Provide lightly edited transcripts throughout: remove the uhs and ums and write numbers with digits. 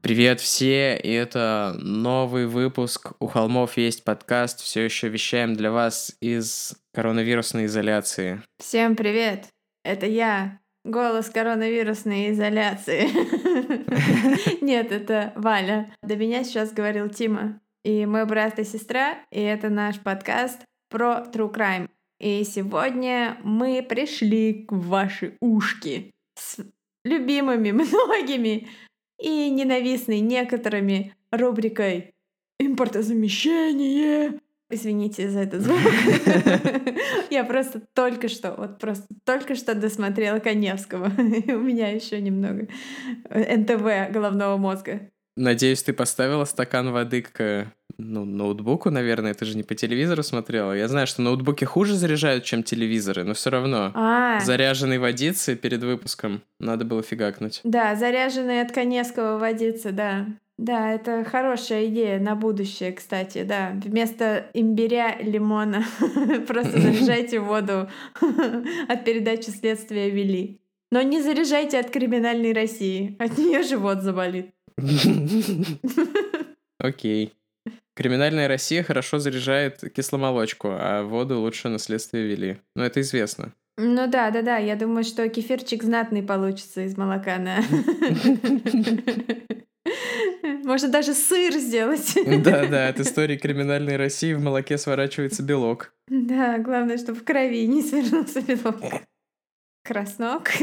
Привет все, и это новый выпуск «У холмов есть подкаст». Все еще вещаем для вас из коронавирусной изоляции. Всем привет! Это я, голос коронавирусной изоляции. Нет, это Валя. До меня сейчас говорил Тима. И мой брат и сестра, и это наш подкаст про True Crime. И сегодня мы пришли в ваши ушки с любимыми многими и ненавистной некоторыми рубрикой «Импортозамещение». Извините за этот звук. Я просто только что досмотрела Каневского. У меня еще немного НТВ головного мозга. Надеюсь, ты поставила стакан воды к ноутбуку, наверное. Ты же не по телевизору смотрела. Я знаю, что ноутбуки хуже заряжают, чем телевизоры, но все равно. Заряженной водицы перед выпуском надо было фигакнуть. Да, заряженной от Каневского водицы, да. Да, это хорошая идея на будущее, кстати, да. Вместо имбиря, лимона просто заряжайте воду от передачи «Следствия вели». Но не заряжайте от «Криминальной России». От нее живот заболит. Окей. «Криминальная Россия» хорошо заряжает кисломолочку, а воду лучше на «Следствие вели». Ну, это известно. Ну да. Я думаю, что кефирчик знатный получится из молока, да. Можно даже сыр сделать. Да, от истории криминальной России в молоке сворачивается белок. Да, главное, чтобы в крови не свернулся белок. Краснок. Что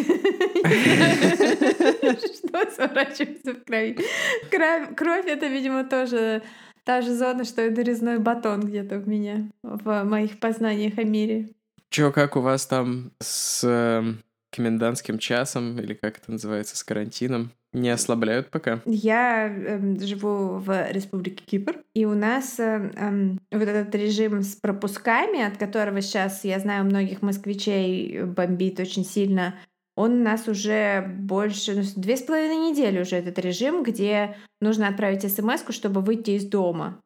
сворачивается в крови? Кровь — это, видимо, тоже та же зона, что и нарезной батон где-то у меня в моих познаниях о мире. Чё, как у вас там с комендантским часом, или как это называется, с карантином? Не ослабляют пока? Я живу в Республике Кипр, и у нас вот этот режим с пропусками, от которого сейчас, я знаю, многих москвичей бомбит очень сильно, он у нас уже больше, 2,5 недели уже этот режим, где нужно отправить смс-ку, чтобы выйти из дома.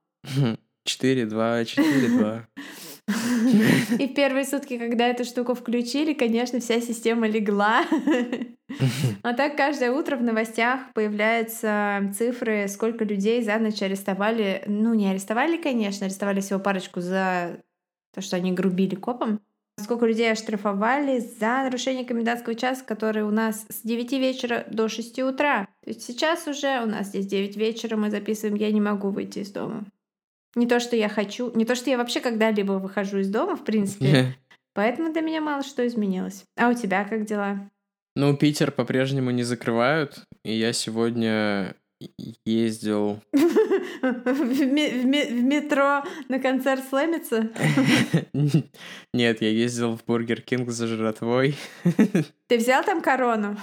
4-2. И в первые сутки, когда эту штуку включили, конечно, вся система легла. А так каждое утро в новостях появляются цифры, сколько людей за ночь арестовали. Ну, не арестовали, конечно, арестовали всего парочку за то, что они грубили копам. Сколько людей оштрафовали за нарушение комендантского часа, который у нас с 9 вечера до 6 утра. То есть сейчас уже у нас здесь 9 вечера, мы записываем, я не могу выйти из дома. Не то, что я хочу, не то, что я вообще когда-либо выхожу из дома, в принципе. Поэтому для меня мало что изменилось. А у тебя как дела? Ну, Питер по-прежнему не закрывают, и я сегодня ездил... В метро на концерт Слэмица? Нет, я ездил в Бургер Кинг за жратвой. Ты взял там корону?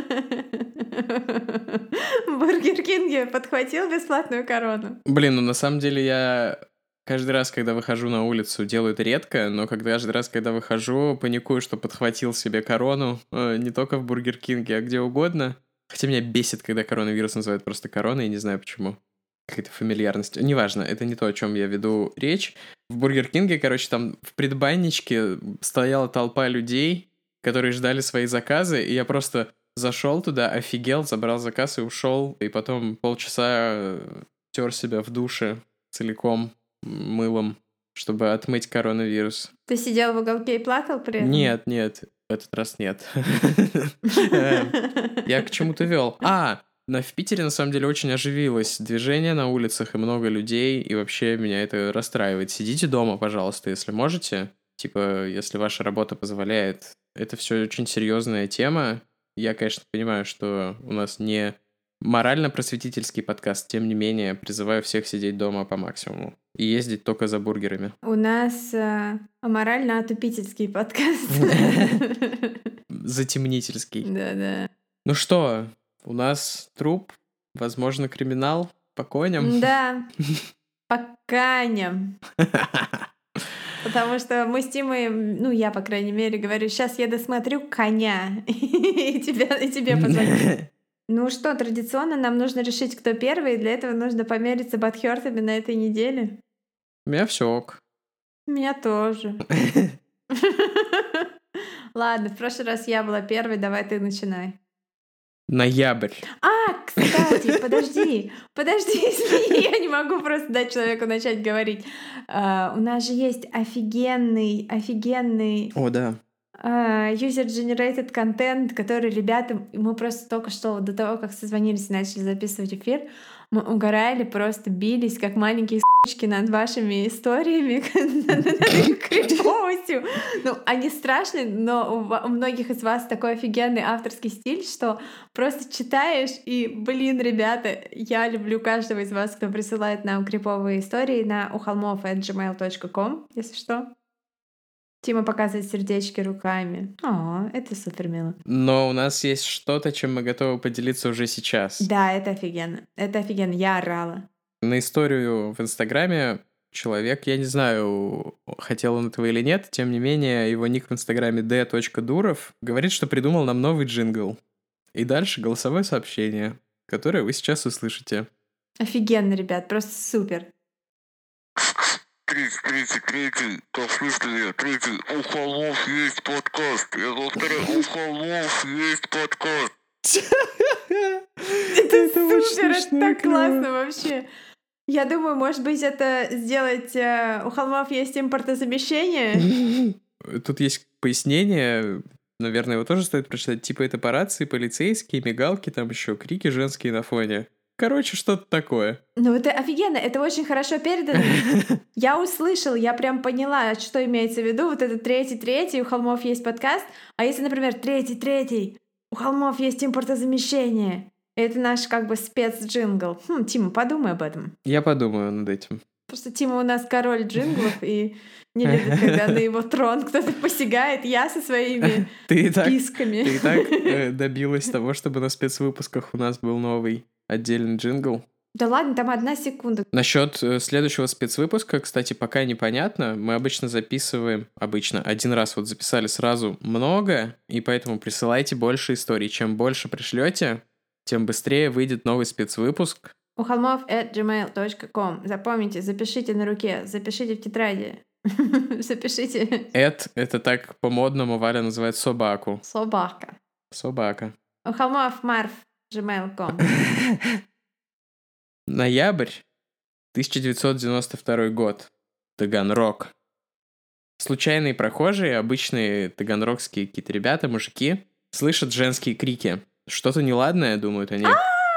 В Бургер Кинге подхватил бесплатную корону? Блин, ну на самом деле я каждый раз, когда выхожу на улицу, делаю это редко, но каждый раз, когда выхожу, паникую, что подхватил себе корону не только в Бургер Кинге, а где угодно. Хотя меня бесит, когда коронавирус называют просто короной, я не знаю почему. Какая-то фамильярность. Неважно, это не то, о чем я веду речь. В Бургер Кинге, короче, там в предбанничке стояла толпа людей, которые ждали свои заказы, и я просто зашел туда, офигел, забрал заказ и ушел, и потом полчаса тер себя в душе целиком мылом, чтобы отмыть коронавирус. Ты сидел в уголке и плакал при этом? Нет, в этот раз нет. Я к чему-то вел. В Питере, на самом деле, очень оживилось движение на улицах и много людей, и вообще меня это расстраивает. Сидите дома, пожалуйста, если можете. Типа, если ваша работа позволяет. Это все очень серьезная тема. Я, конечно, понимаю, что у нас не морально-просветительский подкаст, тем не менее, призываю всех сидеть дома по максимуму и ездить только за бургерами. У нас морально-отупительский подкаст. Затемнительский. Да. Ну что, у нас труп, возможно, криминал по коням. Да, по каням. Потому что мы с Тимой, ну, я, по крайней мере, говорю, сейчас я досмотрю «Коня», и тебе позвоню. Ну что, традиционно нам нужно решить, кто первый, и для этого нужно помериться бадхёртами на этой неделе. У меня все ок. У меня тоже. Ладно, в прошлый раз я была первой, давай ты начинай. Ноябрь. Кстати, подожди, извини, я не могу просто дать человеку начать говорить. У нас же есть офигенный О, да. user-generated контент, который ребята, мы просто только что до того, как созвонились и начали записывать эфир, мы угорали, просто бились, как маленькие с***чки над вашими историями, над их криповостью. Ну, они страшные, но у многих из вас такой офигенный авторский стиль, что просто читаешь и, блин, ребята, я люблю каждого из вас, кто присылает нам криповые истории на uholmov@gmail.com, если что. Тима показывает сердечки руками. О, это супер мило. Но у нас есть что-то, чем мы готовы поделиться уже сейчас. Да, это офигенно. Это офигенно. Я орала. На историю в Инстаграме человек, я не знаю, хотел он этого или нет, тем не менее, его ник в Инстаграме d.durov говорит, что придумал нам новый джингл. И дальше голосовое сообщение, которое вы сейчас услышите. Офигенно, ребят, просто супер. 33, как слышали, третий, у холмов есть подкаст. Я повторяю, у холмов есть подкаст. Это супер, это так классно вообще. Я думаю, может быть, это сделать... У холмов есть импортозамещение. Тут есть пояснение, наверное, его тоже стоит прочитать. Типа это по рации, полицейские, мигалки, там еще крики женские на фоне. Короче, что-то такое. Ну, это офигенно, это очень хорошо передано. Я услышала, я прям поняла, что имеется в виду. Вот это третий, у холмов есть подкаст. А если, например, третий, у холмов есть импортозамещение. Это наш как бы спецджингл. Тима, подумай об этом. Я подумаю над этим. Просто Тима у нас король джинглов и не любит, когда на его трон кто-то посягает. Я со своими писками. Ты и так добилась того, чтобы на спецвыпусках у нас был новый отдельный джингл. Да ладно, там 1 секунда. Насчет следующего спецвыпуска, кстати, пока непонятно. Мы обычно записываем, один раз вот записали сразу много, и поэтому присылайте больше историй. Чем больше пришлете, тем быстрее выйдет новый спецвыпуск. У холмов@gmail.com. Запомните, запишите на руке, запишите в тетради. Запишите. Это так по-модному Валя называет собаку. Собака. У холмов marv@gmail.com. Ноябрь 1992 год. Таганрог. Случайные прохожие, обычные таганрогские какие-то ребята, мужики, слышат женские крики. Что-то неладное, думают они.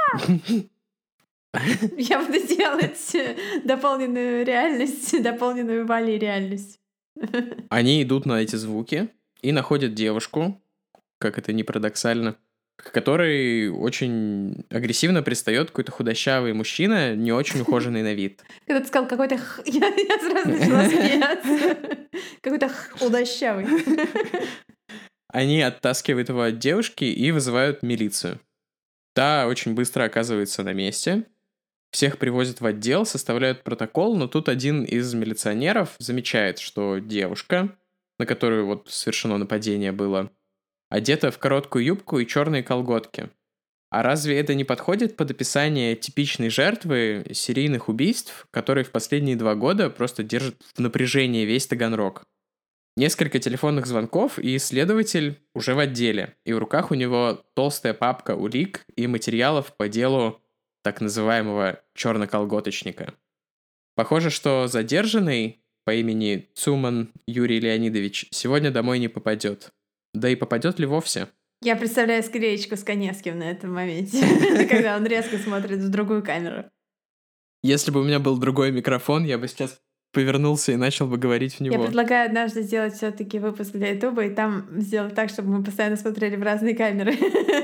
Я буду делать дополненную реальность, дополненную Валей реальность. Они идут на эти звуки и находят девушку, как это ни парадоксально, к которой очень агрессивно пристает какой-то худощавый мужчина, не очень ухоженный на вид. Когда ты сказал какой-то я сразу начала смеяться. Какой-то худощавый. Они оттаскивают его от девушки и вызывают милицию. Та очень быстро оказывается на месте. Всех привозят в отдел, составляют протокол, но тут один из милиционеров замечает, что девушка, на которую вот совершено нападение было, одета в короткую юбку и черные колготки. А разве это не подходит под описание типичной жертвы серийных убийств, которые в последние 2 года просто держат в напряжении весь Таганрог? Несколько телефонных звонков, и следователь уже в отделе, и в руках у него толстая папка улик и материалов по делу так называемого черноколготочника. Похоже, что задержанный по имени Цуман Юрий Леонидович сегодня домой не попадет. Да и попадет ли вовсе? Я представляю склеечку с Коневским на этом моменте, когда он резко смотрит в другую камеру. Если бы у меня был другой микрофон, я бы сейчас повернулся и начал бы говорить в него. Я предлагаю однажды сделать все-таки выпуск для Ютуба и там сделать так, чтобы мы постоянно смотрели в разные камеры.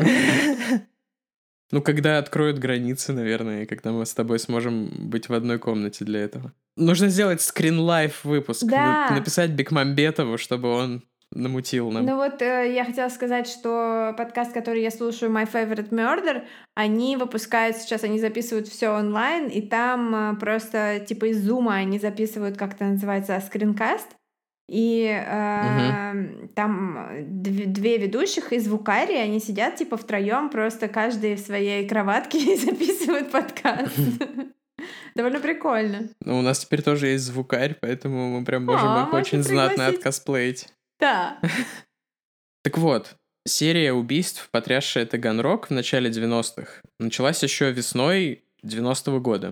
Ну, когда откроют границы, наверное, и когда мы с тобой сможем быть в одной комнате для этого. Нужно сделать скрин-лайф выпуск. Да. Написать Бекмамбетову, чтобы он намутил нам. Ну вот я хотела сказать, что подкаст, который я слушаю, My Favorite Murder, они выпускают сейчас, они записывают все онлайн, и там просто типа из зума они записывают, как это называется, скринкаст. И там 2 ведущих и звукари, они сидят типа втроем, просто каждый в своей кроватке и записывают подкаст. Довольно прикольно. Ну, у нас теперь тоже есть звукарь, поэтому мы прям можем их очень знатно откосплеить. Да. Так вот, Серия убийств, потрясшая Таганрог в начале 90-х, началась еще весной 90-го года.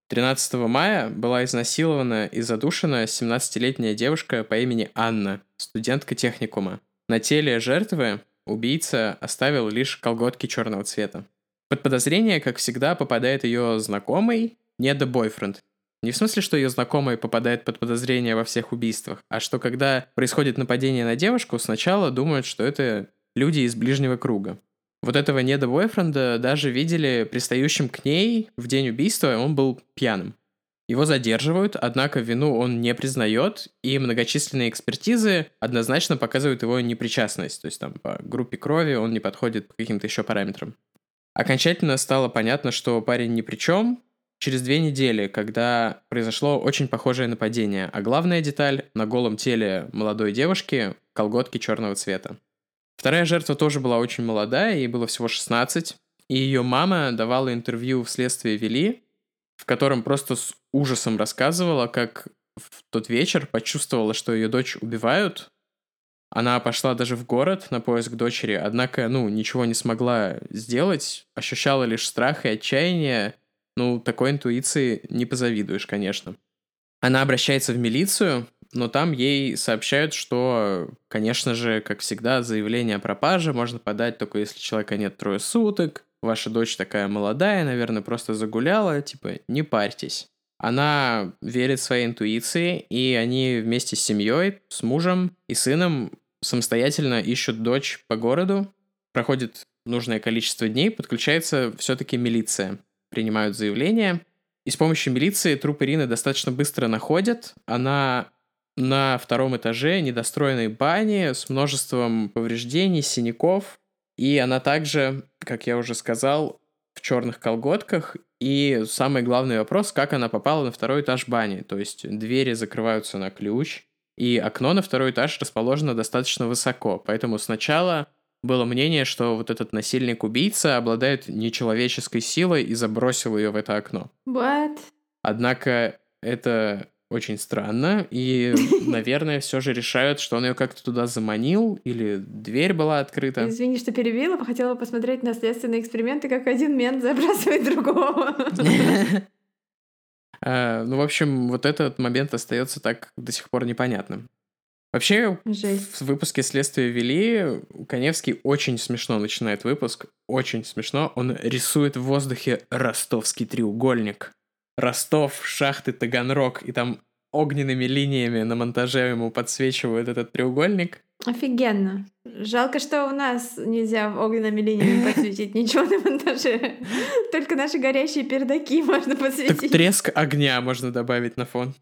13 мая была изнасилована и задушена 17-летняя девушка по имени Анна, студентка техникума. На теле жертвы убийца оставил лишь колготки черного цвета. Под подозрение, как всегда, попадает ее знакомый, недобойфренд. Не в смысле, что ее знакомый попадает под подозрение во всех убийствах, а что когда происходит нападение на девушку, сначала думают, что это люди из ближнего круга. Вот этого недобойфренда даже видели пристающим к ней в день убийства, он был пьяным. Его задерживают, однако вину он не признает, и многочисленные экспертизы однозначно показывают его непричастность, то есть там по группе крови он не подходит по каким-то еще параметрам. Окончательно стало понятно, что парень ни при чем, через 2 недели, когда произошло очень похожее нападение, а главная деталь — на голом теле молодой девушки колготки черного цвета. Вторая жертва тоже была очень молодая, ей было всего 16, и ее мама давала интервью в «Следствие вели», в котором просто с ужасом рассказывала, как в тот вечер почувствовала, что ее дочь убивают. Она пошла даже в город на поиск дочери, однако, ничего не смогла сделать, ощущала лишь страх и отчаяние. Такой интуиции не позавидуешь, конечно. Она обращается в милицию, но там ей сообщают, что, конечно же, как всегда, заявление о пропаже можно подать только если человека нет 3 суток, ваша дочь такая молодая, наверное, просто загуляла, не парьтесь. Она верит своей интуиции, и они вместе с семьей, с мужем и сыном самостоятельно ищут дочь по городу. Проходит нужное количество дней, подключается все-таки милиция. Принимают заявление, и с помощью милиции труп Ирины достаточно быстро находят. Она на 2 этаже недостроенной бани с множеством повреждений, синяков. И она также, как я уже сказал, в черных колготках. И самый главный вопрос, как она попала на 2 этаж бани. То есть двери закрываются на ключ, и окно на 2 этаж расположено достаточно высоко. Поэтому сначала было мнение, что вот этот насильник-убийца обладает нечеловеческой силой и забросил ее в это окно. What? Однако это очень странно, и, наверное, все же решают, что он ее как-то туда заманил, или дверь была открыта. Извини, что перебила, хотела посмотреть на следственные эксперименты, как один мент забрасывает другого. В общем, вот этот момент остается так до сих пор непонятным. Вообще, Жесть. в выпуске «Следствие вели» Каневский очень смешно начинает выпуск. Очень смешно. Он рисует в воздухе ростовский треугольник. Ростов, шахты, Таганрог. И там огненными линиями на монтаже ему подсвечивают этот треугольник. Офигенно. Жалко, что у нас нельзя огненными линиями подсветить ничего на монтаже. Только наши горящие пердаки можно Так подсветить. треск огня можно добавить на фон.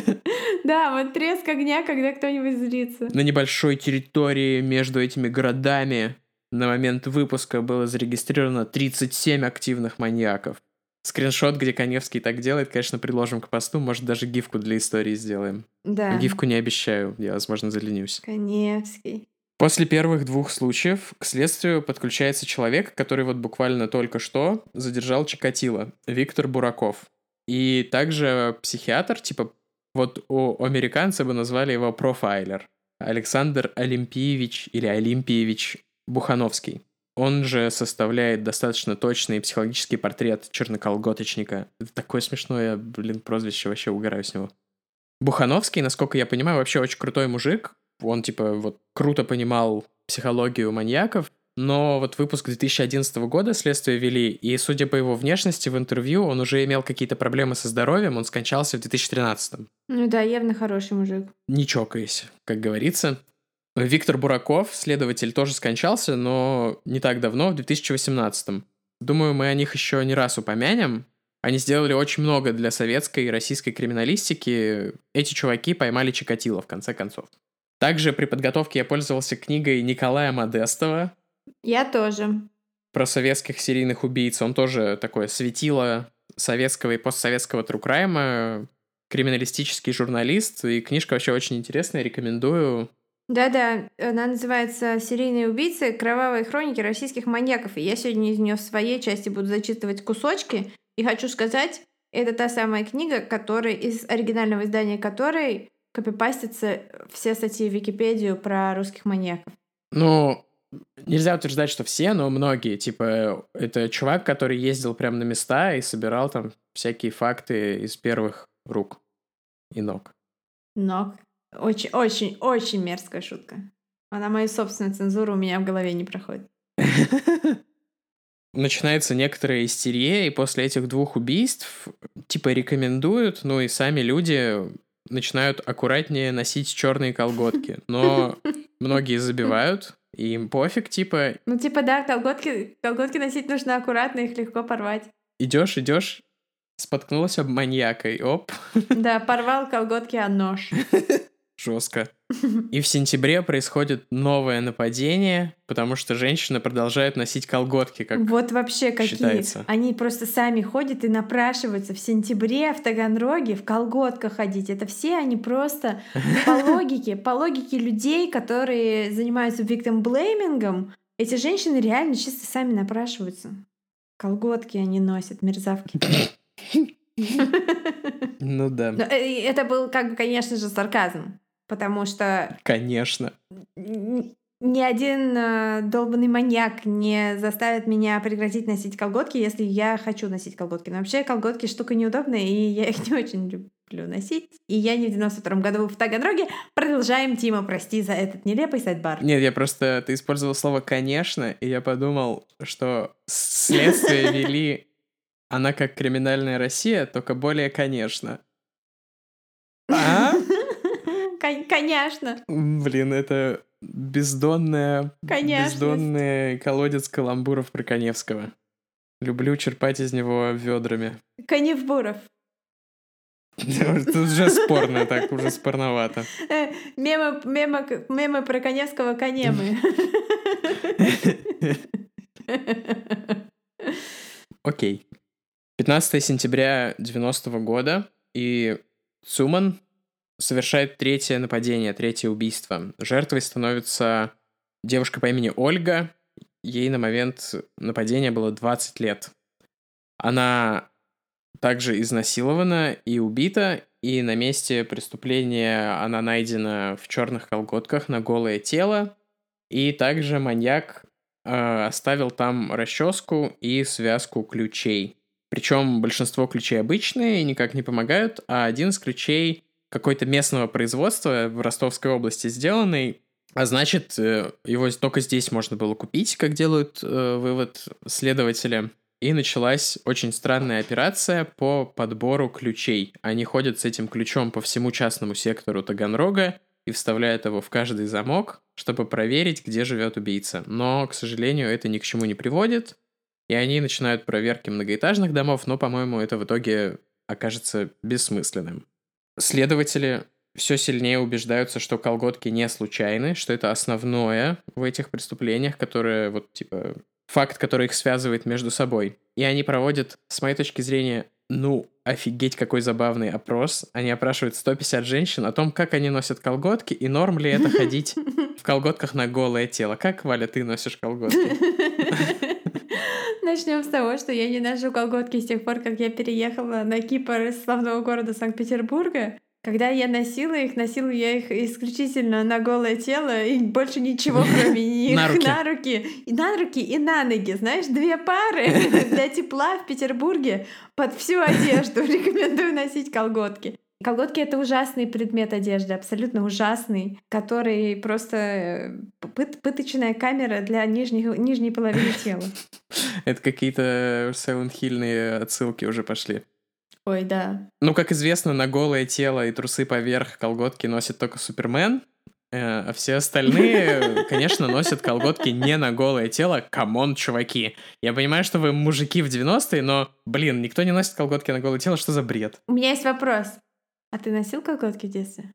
Да, вот треск огня, когда кто-нибудь злится. На небольшой территории между этими городами на момент выпуска было зарегистрировано 37 активных маньяков. Скриншот, где Каневский так делает, конечно, приложим к посту. Может, даже гифку для истории сделаем. Да. Гифку не обещаю, я, возможно, заленюсь. Каневский. После первых 2 случаев к следствию подключается человек, который вот буквально только что задержал Чикатило, Виктор Бураков. И также психиатр, вот у американца бы назвали его профайлер. Александр Олимпиевич или Олимпиевич Бухановский. Он же составляет достаточно точный психологический портрет черноколготочника. Это такое смешное, прозвище, вообще угораю с него. Бухановский, насколько я понимаю, вообще очень крутой мужик. Он, круто понимал психологию маньяков. Но вот выпуск 2011 года «Следствие вели», и, судя по его внешности в интервью, он уже имел какие-то проблемы со здоровьем, он скончался в 2013. Ну да, явно хороший мужик. Не чокаясь, как говорится. Виктор Бураков, следователь, тоже скончался, но не так давно, в 2018. Думаю, мы о них еще не раз упомянем. Они сделали очень много для советской и российской криминалистики. Эти чуваки поймали Чикатило, в конце концов. Также при подготовке я пользовался книгой Николая Модестова. Я тоже. Про советских серийных убийц. Он тоже такое светило советского и постсоветского true crime, криминалистический журналист. И книжка вообще очень интересная, рекомендую. Да-да, она называется «Серийные убийцы. Кровавые хроники российских маньяков». И я сегодня из нее в своей части буду зачитывать кусочки. И хочу сказать, это та самая книга, из оригинального издания которой копипастятся все статьи в Википедию про русских маньяков. нельзя утверждать, что все, но многие. Типа, это чувак, который ездил прямо на места и собирал там всякие факты из первых рук и ног. Но очень мерзкая шутка. Она мою собственную цензуру у меня в голове не проходит. Начинается некоторая истерия, и после этих 2 убийств типа рекомендуют, ну и сами люди начинают аккуратнее носить черные колготки. Но многие забивают, и им пофиг, типа, Ну, типа, да, колготки носить нужно аккуратно, их легко порвать. идешь, споткнулся об маньяка, и оп, Да, порвал колготки о нож. жестко. И в сентябре происходит новое нападение, потому что женщина продолжает носить колготки, как Вот вообще какие. считается. Они просто сами ходят и напрашиваются в сентябре в Таганроге в колготках ходить. Это все они просто по логике людей, которые занимаются victim-блеймингом, эти женщины реально чисто сами напрашиваются. Колготки они носят, мерзавки. Ну да, Но, это был, как бы, конечно же, сарказм. Потому что конечно. ни один долбанный маньяк не заставит меня прекратить носить колготки, если я хочу носить колготки. Но вообще колготки штука неудобная, и я их не очень люблю носить. И я не в 92-м году в Таганроге. Продолжаем, Тима, прости за этот нелепый сайт-бар. Нет, ты использовал слово «конечно», и я подумал, что следствие вели она как «Криминальная Россия», только более «конечно». А? Конечно. Блин, это бездонный колодец каламбуров про Каневского. Люблю черпать из него ведрами. Каневбуров. Тут уже спорно, так уже спорновато. Мемы про Каневского конемы. Окей. 15 сентября 90-го года, и Цуман совершает 3-е нападение, 3-е убийство. Жертвой становится девушка по имени Ольга. Ей на момент нападения было 20 лет. Она также изнасилована и убита, и на месте преступления она найдена в черных колготках на голое тело. И также маньяк оставил там расческу и связку ключей. Причем большинство ключей обычные и никак не помогают, а один из ключей какой-то местного производства в Ростовской области сделанный, а значит, его только здесь можно было купить, как делают вывод следователи. И началась очень странная операция по подбору ключей. Они ходят с этим ключом по всему частному сектору Таганрога и вставляют его в каждый замок, чтобы проверить, где живет убийца. Но, к сожалению, это ни к чему не приводит, и они начинают проверки многоэтажных домов, но, по-моему, это в итоге окажется бессмысленным. Следователи все сильнее убеждаются, что колготки не случайны, что это основное в этих преступлениях, которые факт, который их связывает между собой. И они проводят, с моей точки зрения, офигеть, какой забавный опрос. Они опрашивают 150 женщин о том, как они носят колготки, и норм ли это ходить в колготках на голое тело. Как, Валя, ты носишь колготки? Начнем с того, что я не ношу колготки с тех пор, как я переехала на Кипр из славного города Санкт-Петербурга. Когда я носила я их исключительно на голое тело и больше ничего, кроме них, на руки и на ноги. Знаешь, 2 пары для тепла в Петербурге под всю одежду. Рекомендую носить колготки. Колготки — это ужасный предмет одежды, абсолютно ужасный, который просто пыточная камера для нижней половины тела. Это какие-то Silent Hill-ные отсылки уже пошли. Ой, да. Как известно, на голое тело и трусы поверх колготки носит только Супермен, а все остальные, конечно, носят колготки не на голое тело. Камон, чуваки. Я понимаю, что вы мужики в 90-е, но, никто не носит колготки на голое тело. Что за бред? У меня есть вопрос. А ты носил колготки в детстве?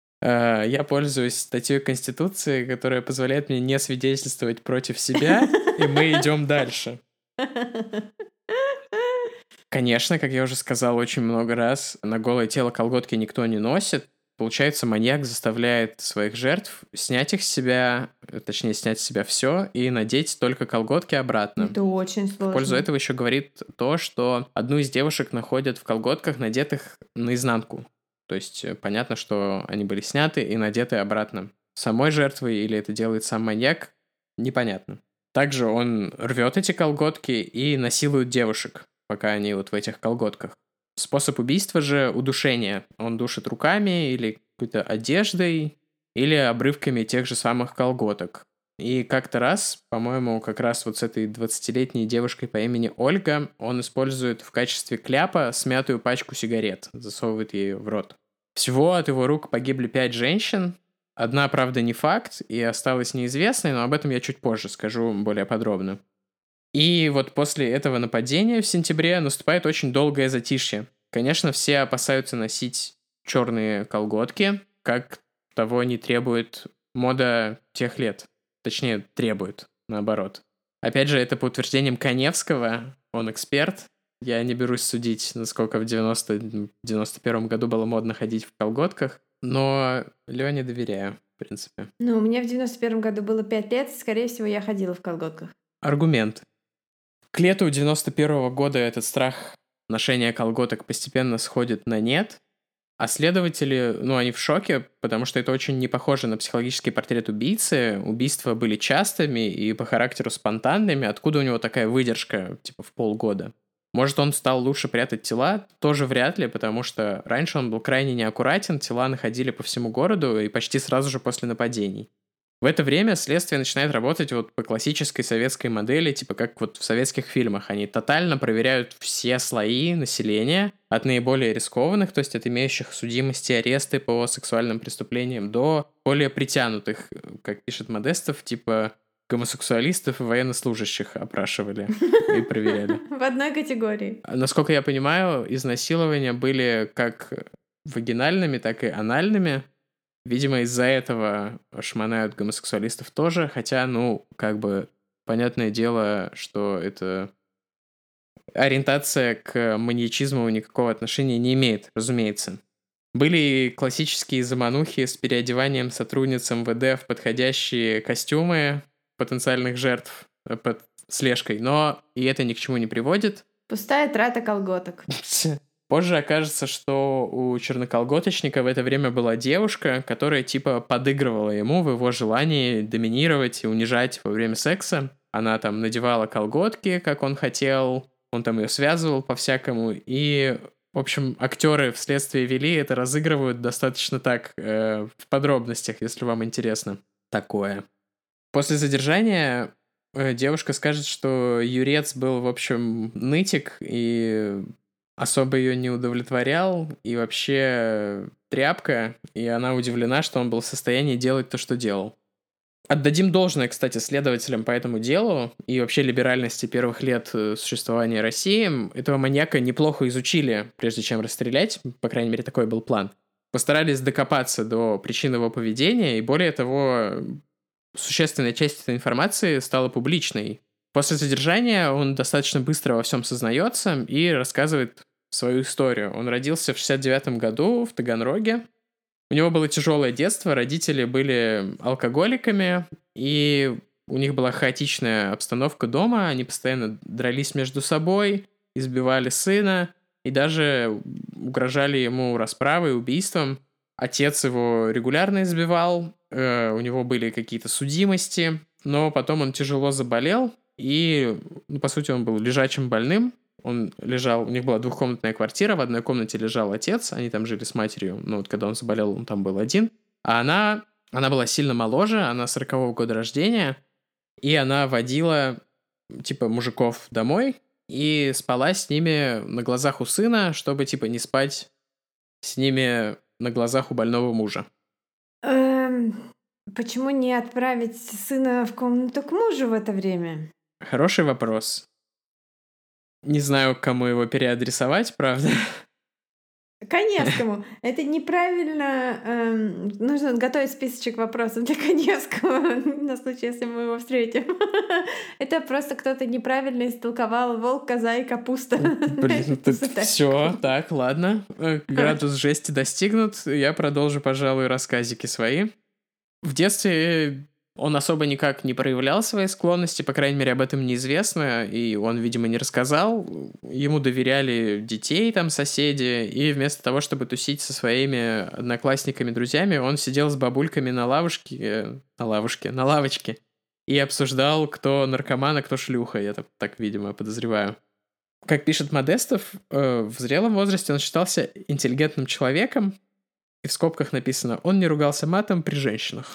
Я пользуюсь статьей Конституции, которая позволяет мне не свидетельствовать против себя, и мы идем дальше. Конечно, как я уже сказал очень много раз, на голое тело колготки никто не носит. Получается, маньяк заставляет своих жертв снять их с себя, точнее, снять с себя все и надеть только колготки обратно. Это очень сложно. В пользу этого еще говорит то, что одну из девушек находят в колготках, надетых наизнанку. То есть понятно, что они были сняты и надеты обратно самой жертвой, или это делает сам маньяк. непонятно. Также он рвет эти колготки и насилует девушек, пока они вот в этих колготках. Способ убийства же удушение. Он душит руками или какой-то одеждой, или обрывками тех же самых колготок. И как-то раз, по-моему, как раз вот с этой 20-летней девушкой по имени Ольга, он использует в качестве кляпа смятую пачку сигарет, засовывает ее в рот. Всего от его рук погибли 5 женщин. Одна, правда, не факт и осталась неизвестной, но об этом я чуть позже скажу более подробно. И вот после этого нападения в сентябре наступает очень долгое затишье. Конечно, все опасаются носить черные колготки, как того не требует мода тех лет. Точнее, требует, наоборот. Опять же, это по утверждениям Каневского, он эксперт. Я не берусь судить, насколько в 91 году было модно ходить в колготках, но Лене доверяю, в принципе. Ну, мне в 91 году было 5 лет, и, скорее всего, я ходила в колготках. Аргумент. К лету 91 года этот страх ношения колготок постепенно сходит на нет, а следователи, они в шоке, потому что это очень не похоже на психологический портрет убийцы. Убийства были частыми и по характеру спонтанными. Откуда у него такая выдержка, типа, в полгода? Может, он стал лучше прятать тела? Тоже вряд ли, потому что раньше он был крайне неаккуратен, тела находили по всему городу и почти сразу же после нападений. В это время следствие начинает работать вот по классической советской модели, типа как вот в советских фильмах. Они тотально проверяют все слои населения, от наиболее рискованных, то есть от имеющих судимости, аресты по сексуальным преступлениям, до более притянутых, как пишет Модестов, типа гомосексуалистов и военнослужащих опрашивали и проверяли. В одной категории. Насколько я понимаю, изнасилования были как вагинальными, так и анальными. Видимо, из-за этого шмонают гомосексуалистов тоже, хотя, понятное дело, что это ориентация к маньячизму никакого отношения не имеет, разумеется. Были и классические заманухи с переодеванием сотрудниц МВД в подходящие костюмы потенциальных жертв под слежкой, но и это ни к чему не приводит. Пустая трата колготок. Позже окажется, что у черноколготочника в это время была девушка, которая типа подыгрывала ему в его желании доминировать и унижать во время секса. Она там надевала колготки, как он хотел, он там ее связывал по-всякому, и, в общем, актеры вследствие вели это разыгрывают достаточно так, в подробностях, если вам интересно такое. После задержания девушка скажет, что Юрец был, в общем, нытик и особо ее не удовлетворял, и вообще тряпка, и она удивлена, что он был в состоянии делать то, что делал. Отдадим должное, кстати, следователям по этому делу и вообще либеральности первых лет существования России. Этого маньяка неплохо изучили, прежде чем расстрелять, по крайней мере, такой был план. Постарались докопаться до причин его поведения, и более того, существенная часть этой информации стала публичной. После задержания он достаточно быстро во всем сознается и рассказывает свою историю. Он родился в 69 году в Таганроге. У него было тяжелое детство, родители были алкоголиками, и у них была хаотичная обстановка дома, они постоянно дрались между собой, избивали сына и даже угрожали ему расправой, убийством. Отец его регулярно избивал, у него были какие-то судимости, но потом он тяжело заболел, и, по сути, он был лежачим больным. Он лежал, у них была двухкомнатная квартира, в одной комнате лежал отец, они там жили с матерью, но вот когда он заболел, он там был один. А она была сильно моложе, она 40-го года рождения, и она водила, типа, мужиков домой и спала с ними на глазах у сына, чтобы, типа, не спать с ними на глазах у больного мужа. Почему не отправить сына в комнату к мужу в это время? Хороший вопрос. Не знаю, к кому его переадресовать, правда. Каневскому. Это неправильно. Нужно готовить списочек вопросов для Каневского на случай, если мы его встретим. Это просто кто-то неправильно истолковал волк, коза и капуста. Блин, все, так, ладно. Градус жести достигнут. Я продолжу, пожалуй, рассказики свои. В детстве он особо никак не проявлял свои склонности, по крайней мере, об этом неизвестно, и он, видимо, не рассказал. Ему доверяли детей, там, соседи, и вместо того, чтобы тусить со своими одноклассниками, друзьями, он сидел с бабульками на лавочке, и обсуждал, кто наркоман, а кто шлюха. Я так, видимо, подозреваю. Как пишет Модестов, в зрелом возрасте он считался интеллигентным человеком, и в скобках написано, он не ругался матом при женщинах.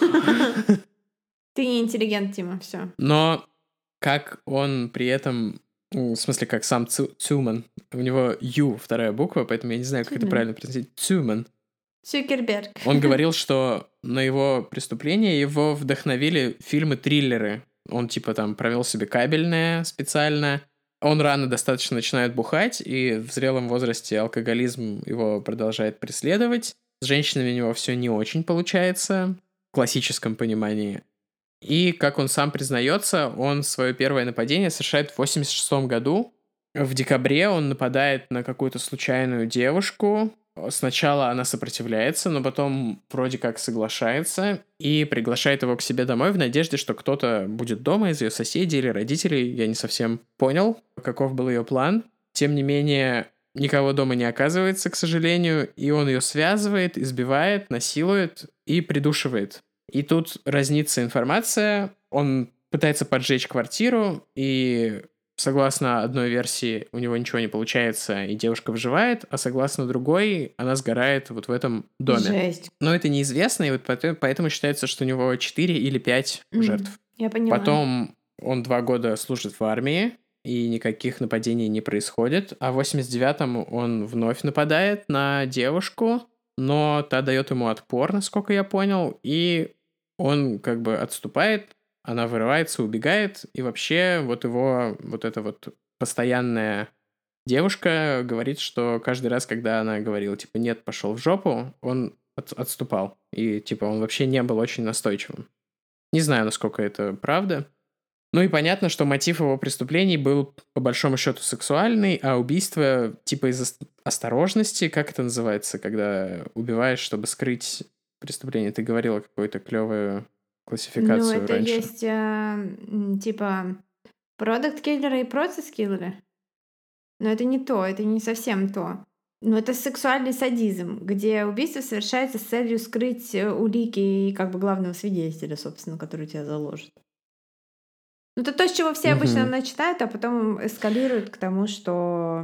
Ты не интеллигент, Тима, все. Но как он при этом, в смысле, как сам Цуман, у него Ю вторая буква, поэтому я не знаю, как это правильно произносить. Цуман. Цукерберг. Он говорил, что на его преступление его вдохновили фильмы-триллеры. Он типа там провел себе кабельное специально. Он рано достаточно начинает бухать, и в зрелом возрасте алкоголизм его продолжает преследовать. С женщинами у него все не очень получается, в классическом понимании. И, как он сам признается, он свое первое нападение совершает в 1986 году. В декабре он нападает на какую-то случайную девушку. Сначала она сопротивляется, но потом вроде как соглашается и приглашает его к себе домой в надежде, что кто-то будет дома из ее соседей или родителей. Я не совсем понял, каков был ее план. Тем не менее, никого дома не оказывается, к сожалению, и он ее связывает, избивает, насилует и придушивает. И тут разнится информация. Он пытается поджечь квартиру, и согласно одной версии у него ничего не получается, и девушка выживает, а согласно другой она сгорает вот в этом доме. Жесть. Но это неизвестно, и вот поэтому считается, что у него 4 или 5 жертв. Я понимаю. Потом он 2 года служит в армии, и никаких нападений не происходит. А в 89-м он вновь нападает на девушку, но та дает ему отпор, насколько я понял, и он как бы отступает, она вырывается, убегает, и вообще вот его вот эта вот постоянная девушка говорит, что каждый раз, когда она говорила, типа, нет, пошел в жопу, он отступал. И, типа, он вообще не был очень настойчивым. Не знаю, насколько это правда. Ну и понятно, что мотив его преступлений был, по большому счету, сексуальный, а убийство, типа, из осторожности, как это называется, когда убиваешь, чтобы скрыть преступление? Ты говорила какую-то клевую классификацию это раньше. Есть, типа, продакт-киллеры и процесс-киллеры. Но это не то, это не совсем то. Но это сексуальный садизм, где убийство совершается с целью скрыть улики и как бы главного свидетеля, собственно, который тебя заложит. Ну, это то, с чего все обычно начинают, а потом эскалируют к тому, что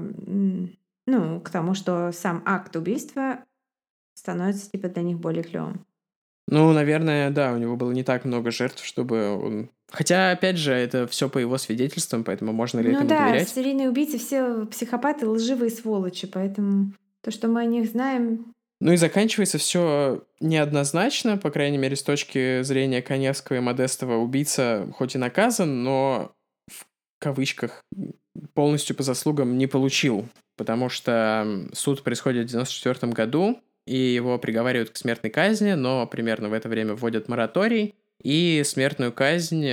сам акт убийства становится типа для них более клевым. Ну, наверное, да, у него было не так много жертв, чтобы он... Хотя, опять же, это все по его свидетельствам, поэтому можно ли этому доверять? Серийные убийцы все психопаты, лживые сволочи, поэтому то, что мы о них знаем... Ну и заканчивается все неоднозначно, по крайней мере, с точки зрения Каневского и Модестова. Убийца хоть и наказан, но в кавычках полностью по заслугам не получил, потому что суд происходит в 1994 году, и его приговаривают к смертной казни, но примерно в это время вводят мораторий, и смертную казнь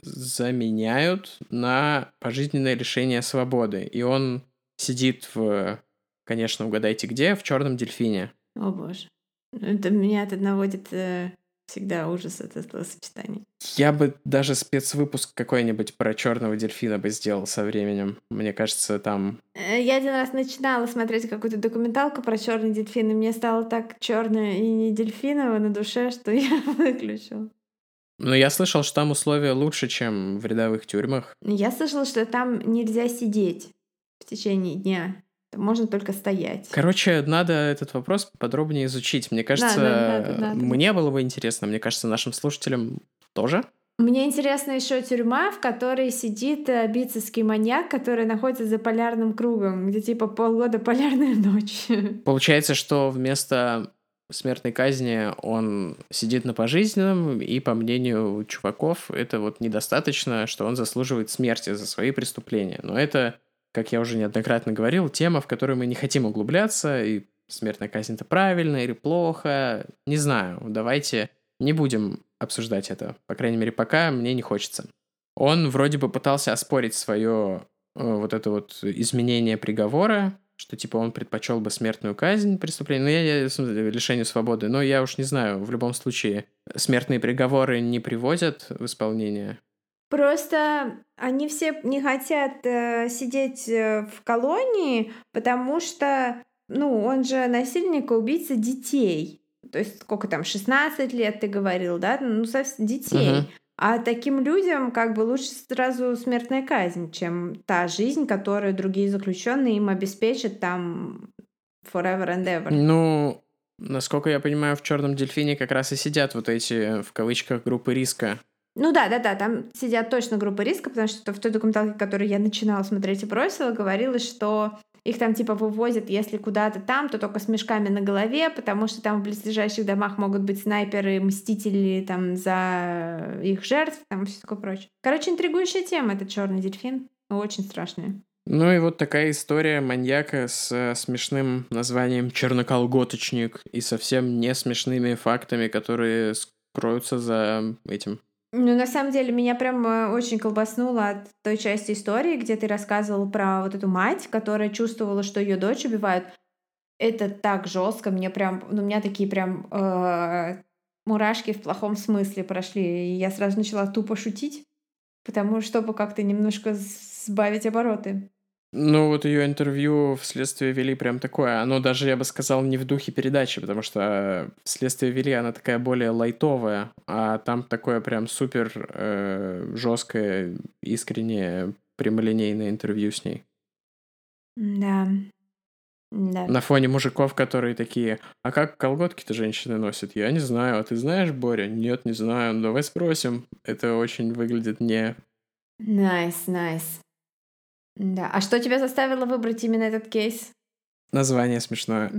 заменяют на пожизненное лишение свободы. И он сидит конечно, угадайте где, в «Черном дельфине». О боже. Меня это наводит всегда ужас от этого сочетания. Я бы даже спецвыпуск какой-нибудь про черного дельфина бы сделал со временем. Мне кажется, там... Я один раз начинала смотреть какую-то документалку про черный дельфин, и мне стало так черно и не дельфиново на душе, что я выключила. Но я слышал, что там условия лучше, чем в рядовых тюрьмах. Я слышала, что там нельзя сидеть в течение дня. Там можно только стоять. Короче, надо этот вопрос подробнее изучить. Мне кажется, надо. Мне было бы интересно, мне кажется, нашим слушателям тоже. Мне интересна еще тюрьма, в которой сидит бицепский маньяк, который находится за полярным кругом, где типа полгода полярная ночь. Получается, что вместо смертной казни он сидит на пожизненном, и, по мнению чуваков, это вот недостаточно, что он заслуживает смерти за свои преступления. Но это, как я уже неоднократно говорил, тема, в которую мы не хотим углубляться, и смертная казнь — это правильно или плохо. Не знаю, давайте не будем обсуждать это. По крайней мере, пока мне не хочется. Он вроде бы пытался оспорить свое вот это вот изменение приговора, что типа он предпочел бы смертную казнь преступления, лишению свободы. Но я уж не знаю, в любом случае смертные приговоры не приводят в исполнение. Просто они все не хотят сидеть в колонии, потому что, он же насильник и убийца детей. То есть сколько там, 16 лет ты говорил, да? Совсем детей. А таким людям как бы лучше сразу смертная казнь, чем та жизнь, которую другие заключенные им обеспечат там forever and ever. Ну, насколько я понимаю, в «Черном дельфине» как раз и сидят вот эти, в кавычках, группы риска. Ну да, там сидят точно группы риска, потому что в той документалке, которую я начинала смотреть и бросила, говорилось, что их там типа вывозят, если куда-то там, то только с мешками на голове, потому что там в близлежащих домах могут быть снайперы, мстители там за их жертв, там и все такое прочее. Короче, интригующая тема этот черный дельфин. Очень страшная. Ну и вот такая история маньяка с смешным названием «Черноколготочник» и совсем не смешными фактами, которые скроются за этим. Ну, на самом деле, меня прям очень колбаснуло от той части истории, где ты рассказывал про вот эту мать, которая чувствовала, что ее дочь убивают. Это так жестко, мне прям, ну, у меня такие прям мурашки в плохом смысле прошли. И я сразу начала тупо шутить, потому чтобы как-то немножко сбавить обороты. Ну вот ее интервью в «Следствие вели» прям такое. Оно даже, я бы сказал, не в духе передачи, потому что в «Следствие вели» она такая более лайтовая, а там такое прям супер жесткое, искреннее, прямолинейное интервью с ней. Да. На фоне мужиков, которые такие: а как колготки-то женщины носят? Я не знаю. А ты знаешь, Боря? Нет, не знаю. Ну, давай спросим. Это очень выглядит не... Найс. Да. А что тебя заставило выбрать именно этот кейс? Название смешное.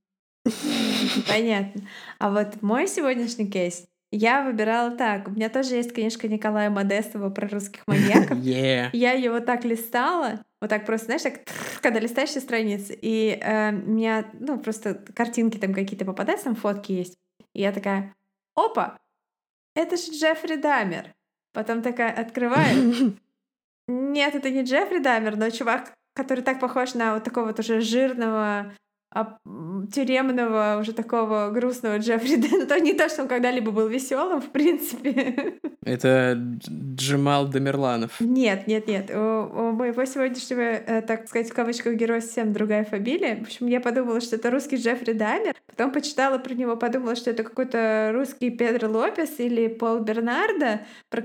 Понятно. А вот мой сегодняшний кейс я выбирала так. У меня тоже есть книжка Николая Модестова про русских маньяков. Yeah. Я ее вот так листала, вот так просто, знаешь, так, когда листаешь все страницы, и у меня, ну, просто картинки там какие-то попадаются, там фотки есть. И я такая: опа, это же Джеффри Даммер. Потом такая открываю. Нет, это не Джеффри Даммер, но чувак, который так похож на вот такого вот уже жирного, тюремного, уже такого грустного Джеффри Даммера. То не то, что он когда-либо был веселым, в принципе. Это Джемал Дамерланов. Нет. У моего сегодняшнего, так сказать, в кавычках, героя совсем другая фамилия. В общем, я подумала, что это русский Джеффри Даммер. Потом почитала про него, подумала, что это какой-то русский Педро Лопес или Пол Бернардо, про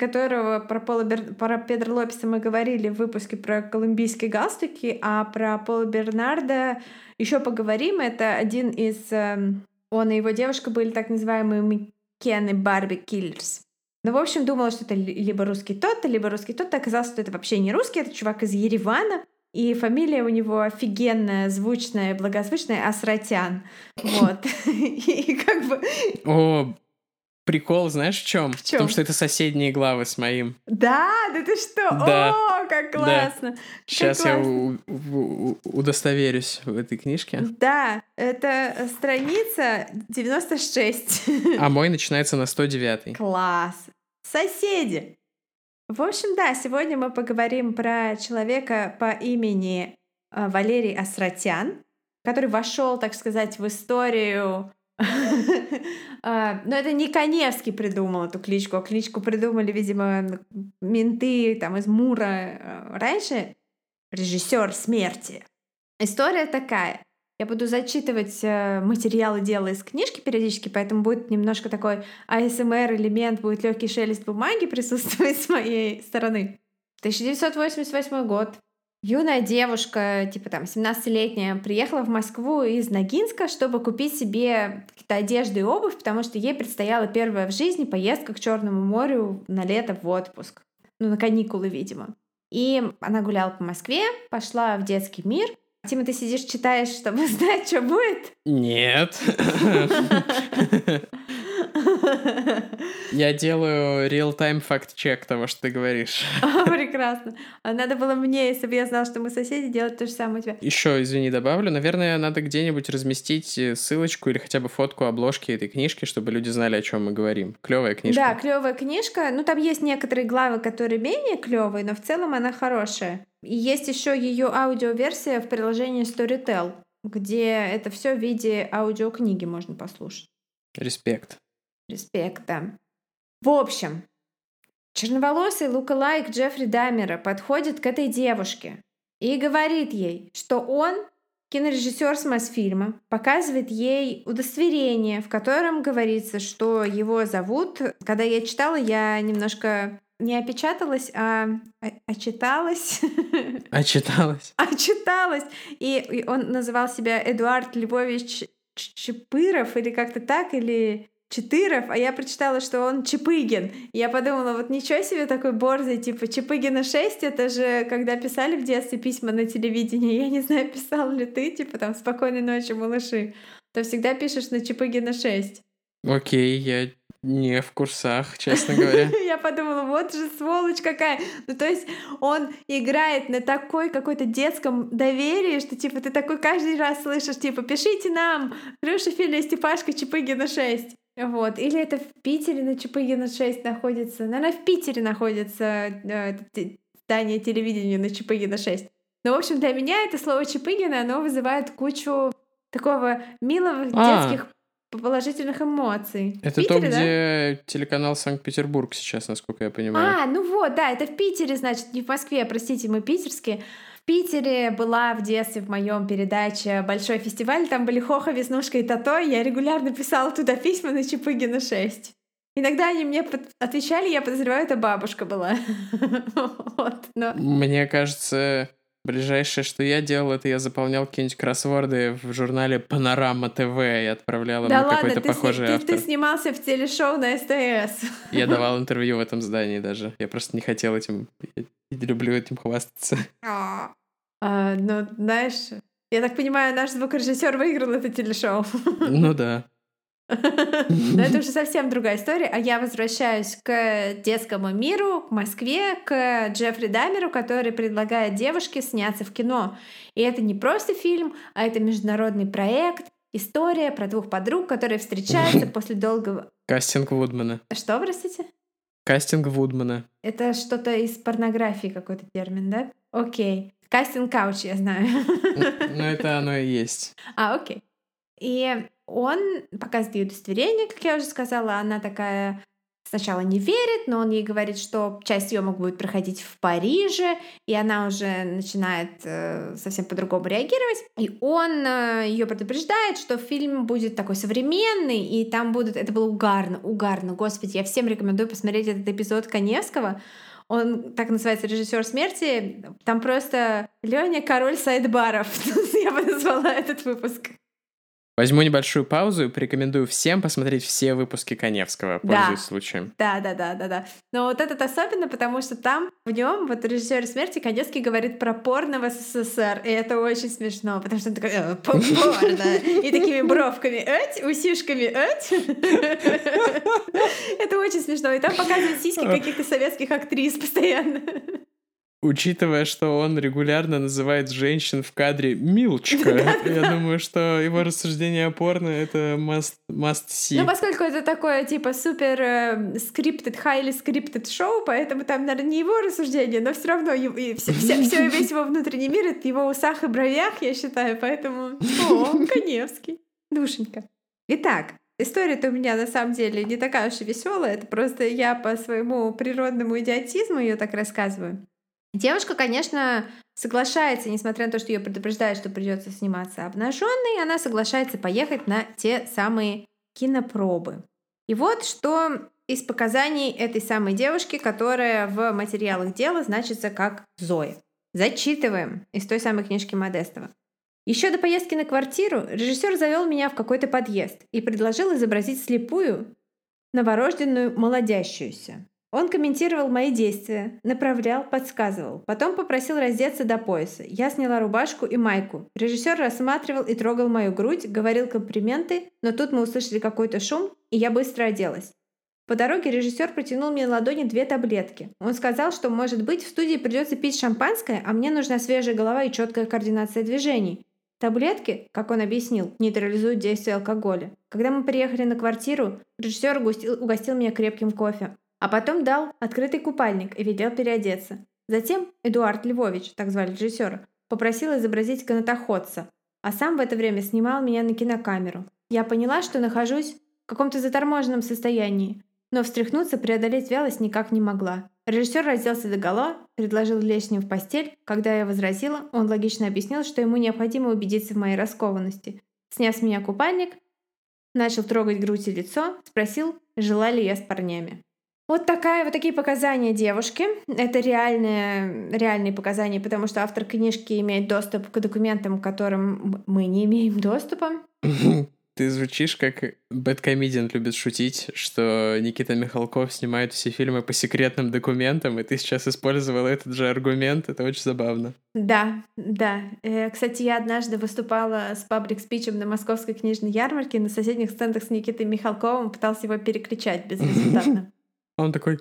Педро Лопеса мы говорили в выпуске про колумбийские галстуки, а про Пола Бернардо еще поговорим. Это один из... Он и его девушка были так называемые Кен и Барби Киллерс. Ну, в общем, думала, что это либо русский тот-то, либо русский тот-то. Оказалось, что это вообще не русский, это чувак из Еревана. И фамилия у него офигенная, звучная, благозвучная — Асратян. Вот. И как бы... О, прикол, знаешь, в чем? В чём? В том, что это соседние главы с моим. Да ты что? Да. О, как классно! Сейчас я удостоверюсь в этой книжке. Да, это страница 96. А мой начинается на 109. Класс! Соседи! В общем, да, сегодня мы поговорим про человека по имени Валерий Асратян, который вошел, так сказать, в историю. Но это не Каневский придумал эту кличку, а кличку придумали, видимо, менты там из Мура раньше. Режиссер смерти. История такая. Я буду зачитывать материалы дела из книжки периодически, поэтому будет немножко такой АСМР-элемент, будет легкий шелест бумаги присутствовать с моей стороны. 1988 год. Юная девушка, типа там 17-летняя, приехала в Москву из Ногинска, чтобы купить себе какие-то одежды и обувь, потому что ей предстояла первая в жизни поездка к Черному морю на лето в отпуск. Ну, на каникулы, видимо. И она гуляла по Москве, пошла в детский мир. Тима, ты сидишь, читаешь, чтобы знать, что будет? Нет. Я делаю real-time факт-чек того, что ты говоришь. Прекрасно. Надо было мне, если бы я знала, что мы соседи, делать то же самое у тебя. Еще, извини, добавлю. Наверное, надо где-нибудь разместить ссылочку или хотя бы фотку обложки этой книжки, чтобы люди знали, о чем мы говорим. Клевая книжка. Да, клевая книжка. Ну, там есть некоторые главы, которые менее клевые, но в целом она хорошая. И есть еще ее аудиоверсия в приложении Storytel, где это все в виде аудиокниги можно послушать. Респект. Респект, да. В общем, черноволосый лукалайк Джеффри Даммера подходит к этой девушке и говорит ей, что он кинорежиссер с Мосфильма показывает ей удостоверение, в котором говорится, что его зовут. Когда я читала, я немножко не опечаталась, а очиталась. Отчиталась. Очиталась. И он называл себя Эдуард Львович Чапыров или как-то так, или Чатыров, а я прочитала, что он Чапыгин. И я подумала, вот ничего себе такой борзый, типа Чапыгина 6, это же когда писали в детстве письма на телевидении, я не знаю, писал ли ты, типа там «Спокойной ночи, малыши», то всегда пишешь на Чапыгина 6. Окей, я не в курсах, честно говоря. Я подумала, вот же сволочь какая. Ну, то есть он играет на такой какой-то детском доверии, что, типа, ты такой каждый раз слышишь, типа, пишите нам, Крюша, Филя, Степашка, Чапыгина 6. Вот. Или это в Питере на Чапыгина 6 находится. Наверное, в Питере находится здание телевидения на Чапыгина 6. Но, в общем, для меня это слово Чапыгина, оно вызывает кучу такого милого детских положительных эмоций. Это в то, Питере, где телеканал Санкт-Петербург сейчас, насколько я понимаю. Ну вот, да, это в Питере, значит, не в Москве, простите, мы питерские. В Питере была в детстве в моем передаче большой фестиваль, там были Хоха, Веснушка и Тато, я регулярно писала туда письма на Чапыгина 6. Иногда они мне отвечали, я подозреваю, это бабушка была. Вот, но... Мне кажется, ближайшее, что я делал, это я заполнял какие-нибудь кроссворды в журнале «Панорама ТВ» и отправлял им Да на ладно, какой-то похожий автор. ты снимался в телешоу на СТС. Я давал интервью в этом здании даже. Я просто не хотел этим... Я не люблю этим хвастаться. Ну, знаешь, я так понимаю, наш звукорежиссер выиграл это телешоу. Ну да. Но это уже совсем другая история. А я возвращаюсь к детскому миру, к Москве, к Джеффри Дамеру, который предлагает девушке сняться в кино. И это не просто фильм, а это международный проект, история про двух подруг, которые встречаются после долгого... Кастинг Вудмана. Что, простите? Кастинг Вудмана. Это что-то из порнографии, какой-то термин, да? Окей. Кастинг-кауч, я знаю. Ну, это оно и есть. Окей. И он показывает ей удостоверение, как я уже сказала. Она такая сначала не верит, но он ей говорит, что часть съемок будет проходить в Париже, и она уже начинает совсем по-другому реагировать. И он ее предупреждает, что фильм будет такой современный, и там будут... Это было угарно. Господи, я всем рекомендую посмотреть этот эпизод Каневского. Он так называется «Режиссер смерти». Там просто Лёня король сайдбаров. Я бы назвала этот выпуск. Возьму небольшую паузу и порекомендую всем посмотреть все выпуски Каневского, пользуясь случаем. Да. Но вот этот особенно, потому что там в нем вот режиссер смерти Каневский говорит про порно в СССР, и это очень смешно, потому что он такой порно, и такими бровками, усишками, это очень смешно, и там показывают сиськи каких-то советских актрис постоянно. Учитывая, что он регулярно называет женщин в кадре «милочка», я думаю, что его рассуждение о порно — это must see. Ну, поскольку это такое, типа, супер scripted, highly scripted шоу, поэтому там, наверное, не его рассуждение, но все равно весь его внутренний мир — это в его усах и бровях, я считаю, поэтому... О, Каневский, душенька. Итак, история-то у меня на самом деле не такая уж и веселая, это просто я по своему природному идиотизму ее так рассказываю. Девушка, конечно, соглашается, несмотря на то, что ее предупреждают, что придется сниматься обнаженной, она соглашается поехать на те самые кинопробы. И вот что из показаний этой самой девушки, которая в материалах дела значится как Зоя. Зачитываем из той самой книжки Модестова. Еще до поездки на квартиру режиссер завел меня в какой-то подъезд и предложил изобразить слепую новорожденную молодящуюся. Он комментировал мои действия, направлял, подсказывал. Потом попросил раздеться до пояса. Я сняла рубашку и майку. Режиссер рассматривал и трогал мою грудь, говорил комплименты, но тут мы услышали какой-то шум, и я быстро оделась. По дороге режиссер протянул мне на ладони 2 таблетки. Он сказал, что, может быть, в студии придется пить шампанское, а мне нужна свежая голова и четкая координация движений. Таблетки, как он объяснил, нейтрализуют действие алкоголя. Когда мы приехали на квартиру, режиссер угостил меня крепким кофе. А потом дал открытый купальник и велел переодеться. Затем Эдуард Львович, так звали режиссера, попросил изобразить канатоходца, а сам в это время снимал меня на кинокамеру. Я поняла, что нахожусь в каком-то заторможенном состоянии, но встряхнуться, преодолеть вялость никак не могла. Режиссер разделся догола, предложил лечь с ним в постель. Когда я возразила, он логично объяснил, что ему необходимо убедиться в моей раскованности. Сняв с меня купальник, начал трогать грудь и лицо, спросил, жила ли я с парнями. Вот такие показания девушки. Это реальные показания, потому что автор книжки имеет доступ к документам, к которым мы не имеем доступа. Ты звучишь как бэдкомедиан любит шутить, что Никита Михалков снимает все фильмы по секретным документам, и ты сейчас использовала этот же аргумент. Это очень забавно. Да. Кстати, я однажды выступала с паблик-спичем на Московской книжной ярмарке, на соседних стендах с Никитой Михалковым пытался его перекричать безрезультатно. Он такой...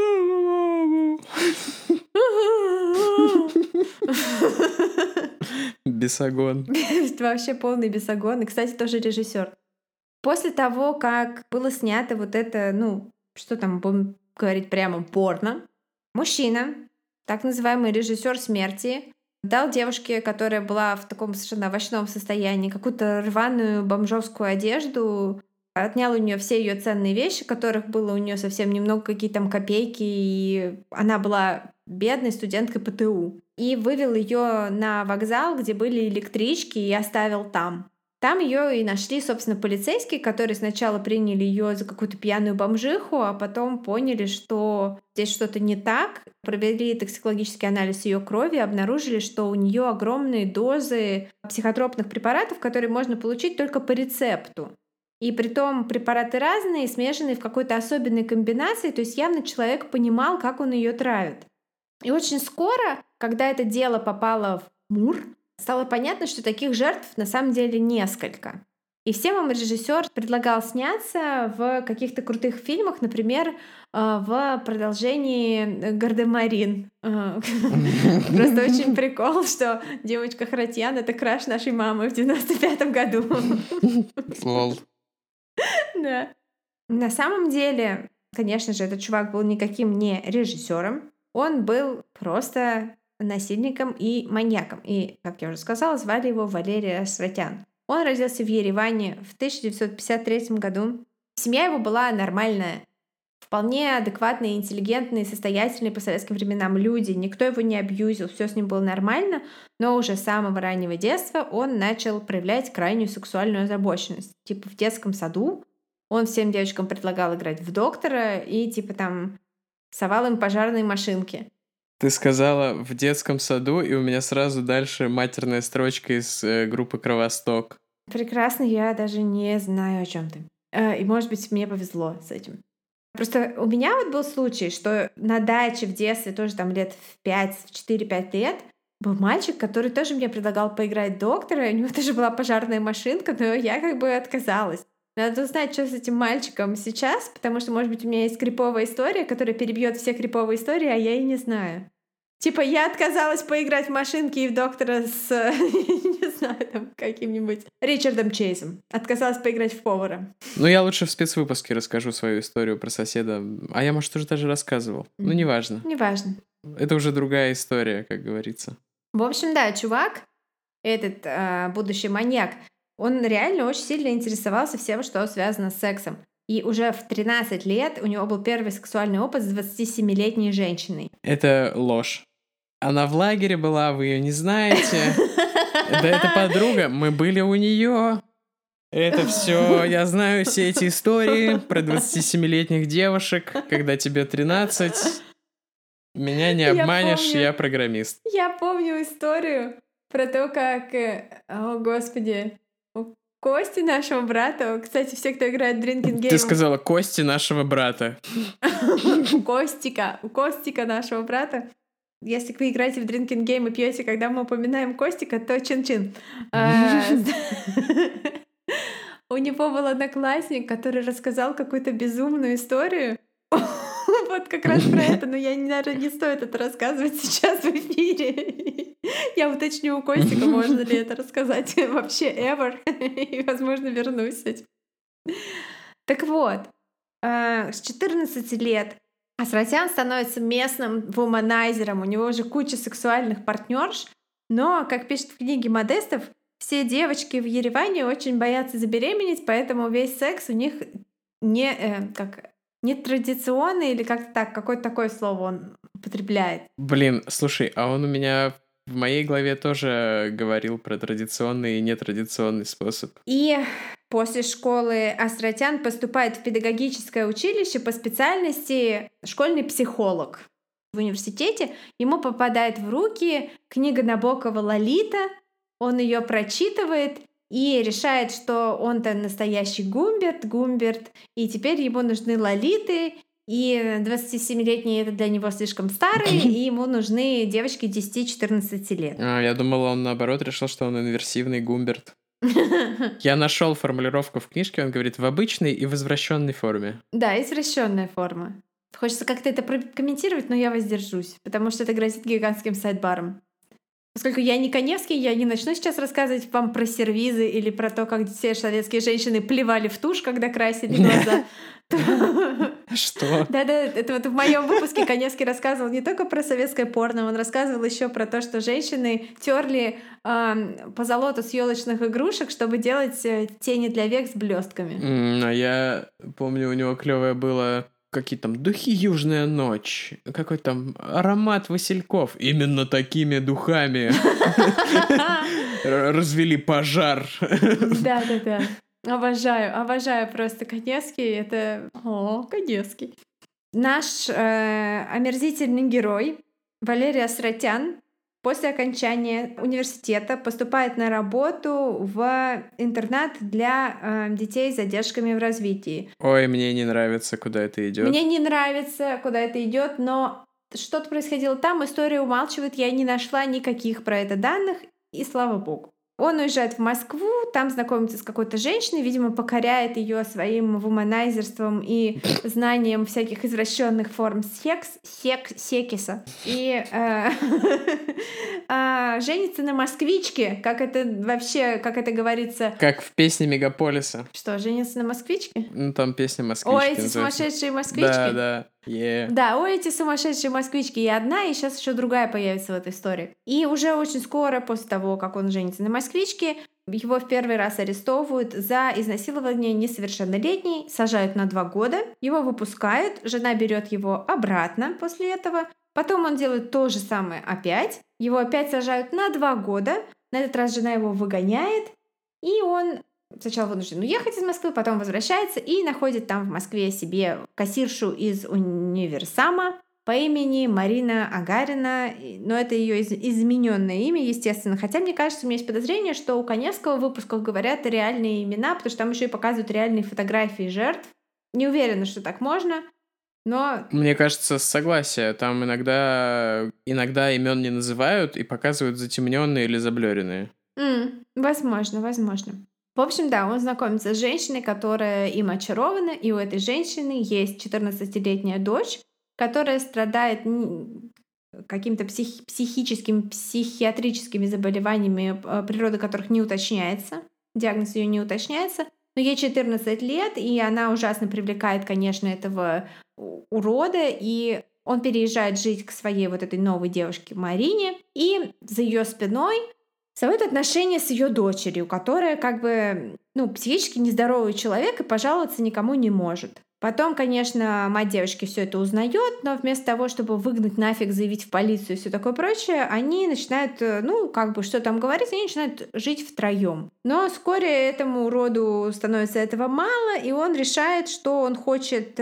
Бесогон. Вообще полный бесогон. И, кстати, тоже режиссер. После того, как было снято вот это, что там, будем говорить прямо, порно, мужчина, так называемый режиссер смерти, дал девушке, которая была в таком совершенно овощном состоянии, какую-то рваную бомжовскую одежду, отнял у нее все ее ценные вещи, которых было у нее совсем немного, какие-то там копейки, и она была бедной студенткой ПТУ. И вывел ее на вокзал, где были электрички, и оставил там. Там ее и нашли, собственно, полицейские, которые сначала приняли ее за какую-то пьяную бомжиху, а потом поняли, что здесь что-то не так. Провели токсикологический анализ ее крови, обнаружили, что у нее огромные дозы психотропных препаратов, которые можно получить только по рецепту. И притом препараты разные, смешанные в какой-то особенной комбинации, то есть явно человек понимал, как он ее травит. И очень скоро, когда это дело попало в МУР, стало понятно, что таких жертв на самом деле несколько. И всем им режиссер предлагал сняться в каких-то крутых фильмах, например, в продолжении «Гардемарин». Просто очень прикол, что девочка Хратьян — это краш нашей мамы в 95-м году. Лол. Да. На самом деле, конечно же, этот чувак был никаким не режиссером. Он был просто насильником и маньяком. И, как я уже сказала, звали его Валерий Асратян. Он родился в Ереване в 1953 году. Семья его была нормальная. Вполне адекватные, интеллигентные, состоятельные по советским временам люди. Никто его не абьюзил, все с ним было нормально. Но уже с самого раннего детства он начал проявлять крайнюю сексуальную озабоченность. Типа в детском саду он всем девочкам предлагал играть в доктора и типа там совал им пожарные машинки. Ты сказала «в детском саду», и у меня сразу дальше матерная строчка из группы «Кровосток». Прекрасно, я даже не знаю, о чем ты. И, может быть, мне повезло с этим. Просто у меня вот был случай, что на даче в детстве, тоже там лет в 4-5 лет, был мальчик, который тоже мне предлагал поиграть доктора, и у него тоже была пожарная машинка, но я как бы отказалась. Надо узнать, что с этим мальчиком сейчас, потому что, может быть, у меня есть криповая история, которая перебьет все криповые истории, а я и не знаю. Типа, я отказалась поиграть в машинки и в доктора с, не знаю, там, каким-нибудь Ричардом Чейзом. Отказалась поиграть в повара. Ну, я лучше в спецвыпуске расскажу свою историю про соседа. А я, может, уже даже рассказывал. Ну, неважно. Неважно. Это уже другая история, как говорится. В общем, да, чувак, этот будущий маньяк, он реально очень сильно интересовался всем, что связано с сексом. И уже в 13 лет у него был первый сексуальный опыт с 27-летней женщиной. Это ложь. Она в лагере была, вы ее не знаете. Да это подруга, мы были у нее. Это все, я знаю все эти истории про 27-летних девушек, когда тебе 13. Меня не обманешь, я программист. Я помню историю про то, как, о господи, у Кости, нашего брата, кстати, все, кто играет в Drinking Game... Ты сказала Кости, нашего брата. У Костика, нашего брата. Если вы играете в Drinking Game и пьете, когда мы упоминаем Костика, то чин-чин. У него был одноклассник, который рассказал какую-то безумную историю. Вот как раз про это, но наверное, не стоит это рассказывать сейчас в эфире. Я уточню у Костика, можно ли это рассказать вообще ever, и, возможно, вернусь с этим. Так вот, с 14 лет Асратян становится местным вуманайзером, у него уже куча сексуальных партнерш, но, как пишет в книге Модестов, все девочки в Ереване очень боятся забеременеть, поэтому весь секс у них Нетрадиционный или как-то так, какое-то такое слово он употребляет. Блин, слушай, а он у меня в моей голове тоже говорил про традиционный и нетрадиционный способ. И после школы Астратян поступает в педагогическое училище по специальности школьный психолог. В университете ему попадает в руки книга Набокова «Лолита», он ее прочитывает и решает, что он-то настоящий Гумберт, и теперь ему нужны лолиты, и 27-летний это для него слишком старый, и ему нужны девочки 10-14 лет. Я думал, он наоборот решил, что он инверсивный Гумберт. Я нашел формулировку в книжке, он говорит в обычной и в извращенной форме. Да, извращенная форма. Хочется как-то это прокомментировать, но я воздержусь, потому что это грозит гигантским сайдбаром. Поскольку я не Каневский, я не начну сейчас рассказывать вам про сервизы или про то, как все советские женщины плевали в тушь, когда красили глаза. Что? Да-да, это вот в моем выпуске Каневский рассказывал не только про советское порно, он рассказывал еще про то, что женщины терли позолоту с елочных игрушек, чтобы делать тени для век с блестками. А я помню, у него клевое было какие там духи «Южная ночь», какой там аромат васильков. Именно такими духами развели пожар. Да-да-да. Обожаю просто Каневский. Это... Каневский. Наш омерзительный герой Валерий Астратян после окончания университета поступает на работу в интернат для детей с задержками в развитии. Ой, мне не нравится, куда это идет. Мне не нравится, куда это идет, но что-то происходило там, история умалчивает, я не нашла никаких про это данных, и слава богу. Он уезжает в Москву, там знакомится с какой-то женщиной, видимо, покоряет ее своим вуманайзерством и знанием всяких извращенных форм секса. И женится на москвичке, как это говорится. Как в песне Мегаполиса. Что, женится на москвичке? Ну, там песня «Москвички». Ой, эти сумасшедшие москвички. Да. Yeah. Да, ой, эти сумасшедшие москвички. И одна, и сейчас еще другая появится в этой истории. И уже очень скоро, после того, как он женится на москвичке, его в первый раз арестовывают за изнасилование несовершеннолетней, сажают на 2 года, его выпускают, жена берет его обратно после этого, потом он делает то же самое опять, его опять сажают на 2 года, на этот раз жена его выгоняет, и он сначала вынужден уехать из Москвы, потом возвращается и находит там в Москве себе кассиршу из универсама по имени Марина Агарина, но это ее измененное имя, естественно. Хотя мне кажется, у меня есть подозрение, что у Каневского в выпусках говорят реальные имена, потому что там еще и показывают реальные фотографии жертв. Не уверена, что так можно, но... Мне кажется, согласие. Там иногда имен не называют и показывают затемненные или заблюренные. Возможно. В общем, да, он знакомится с женщиной, которая им очарована, и у этой женщины есть 14-летняя дочь, которая страдает какими-то психиатрическими заболеваниями, природа которых не уточняется, диагноз ее не уточняется, но ей 14 лет, и она ужасно привлекает, конечно, этого урода, и он переезжает жить к своей вот этой новой девушке Марине, и за ее спиной заводит отношения с ее дочерью, которая психически нездоровый человек и пожаловаться никому не может. Потом, конечно, мать девочки все это узнает, но вместо того, чтобы выгнать нафиг, заявить в полицию и все такое прочее, они начинают, что там говорить, они начинают жить втроем. Но вскоре этому уроду становится этого мало, и он решает, что он хочет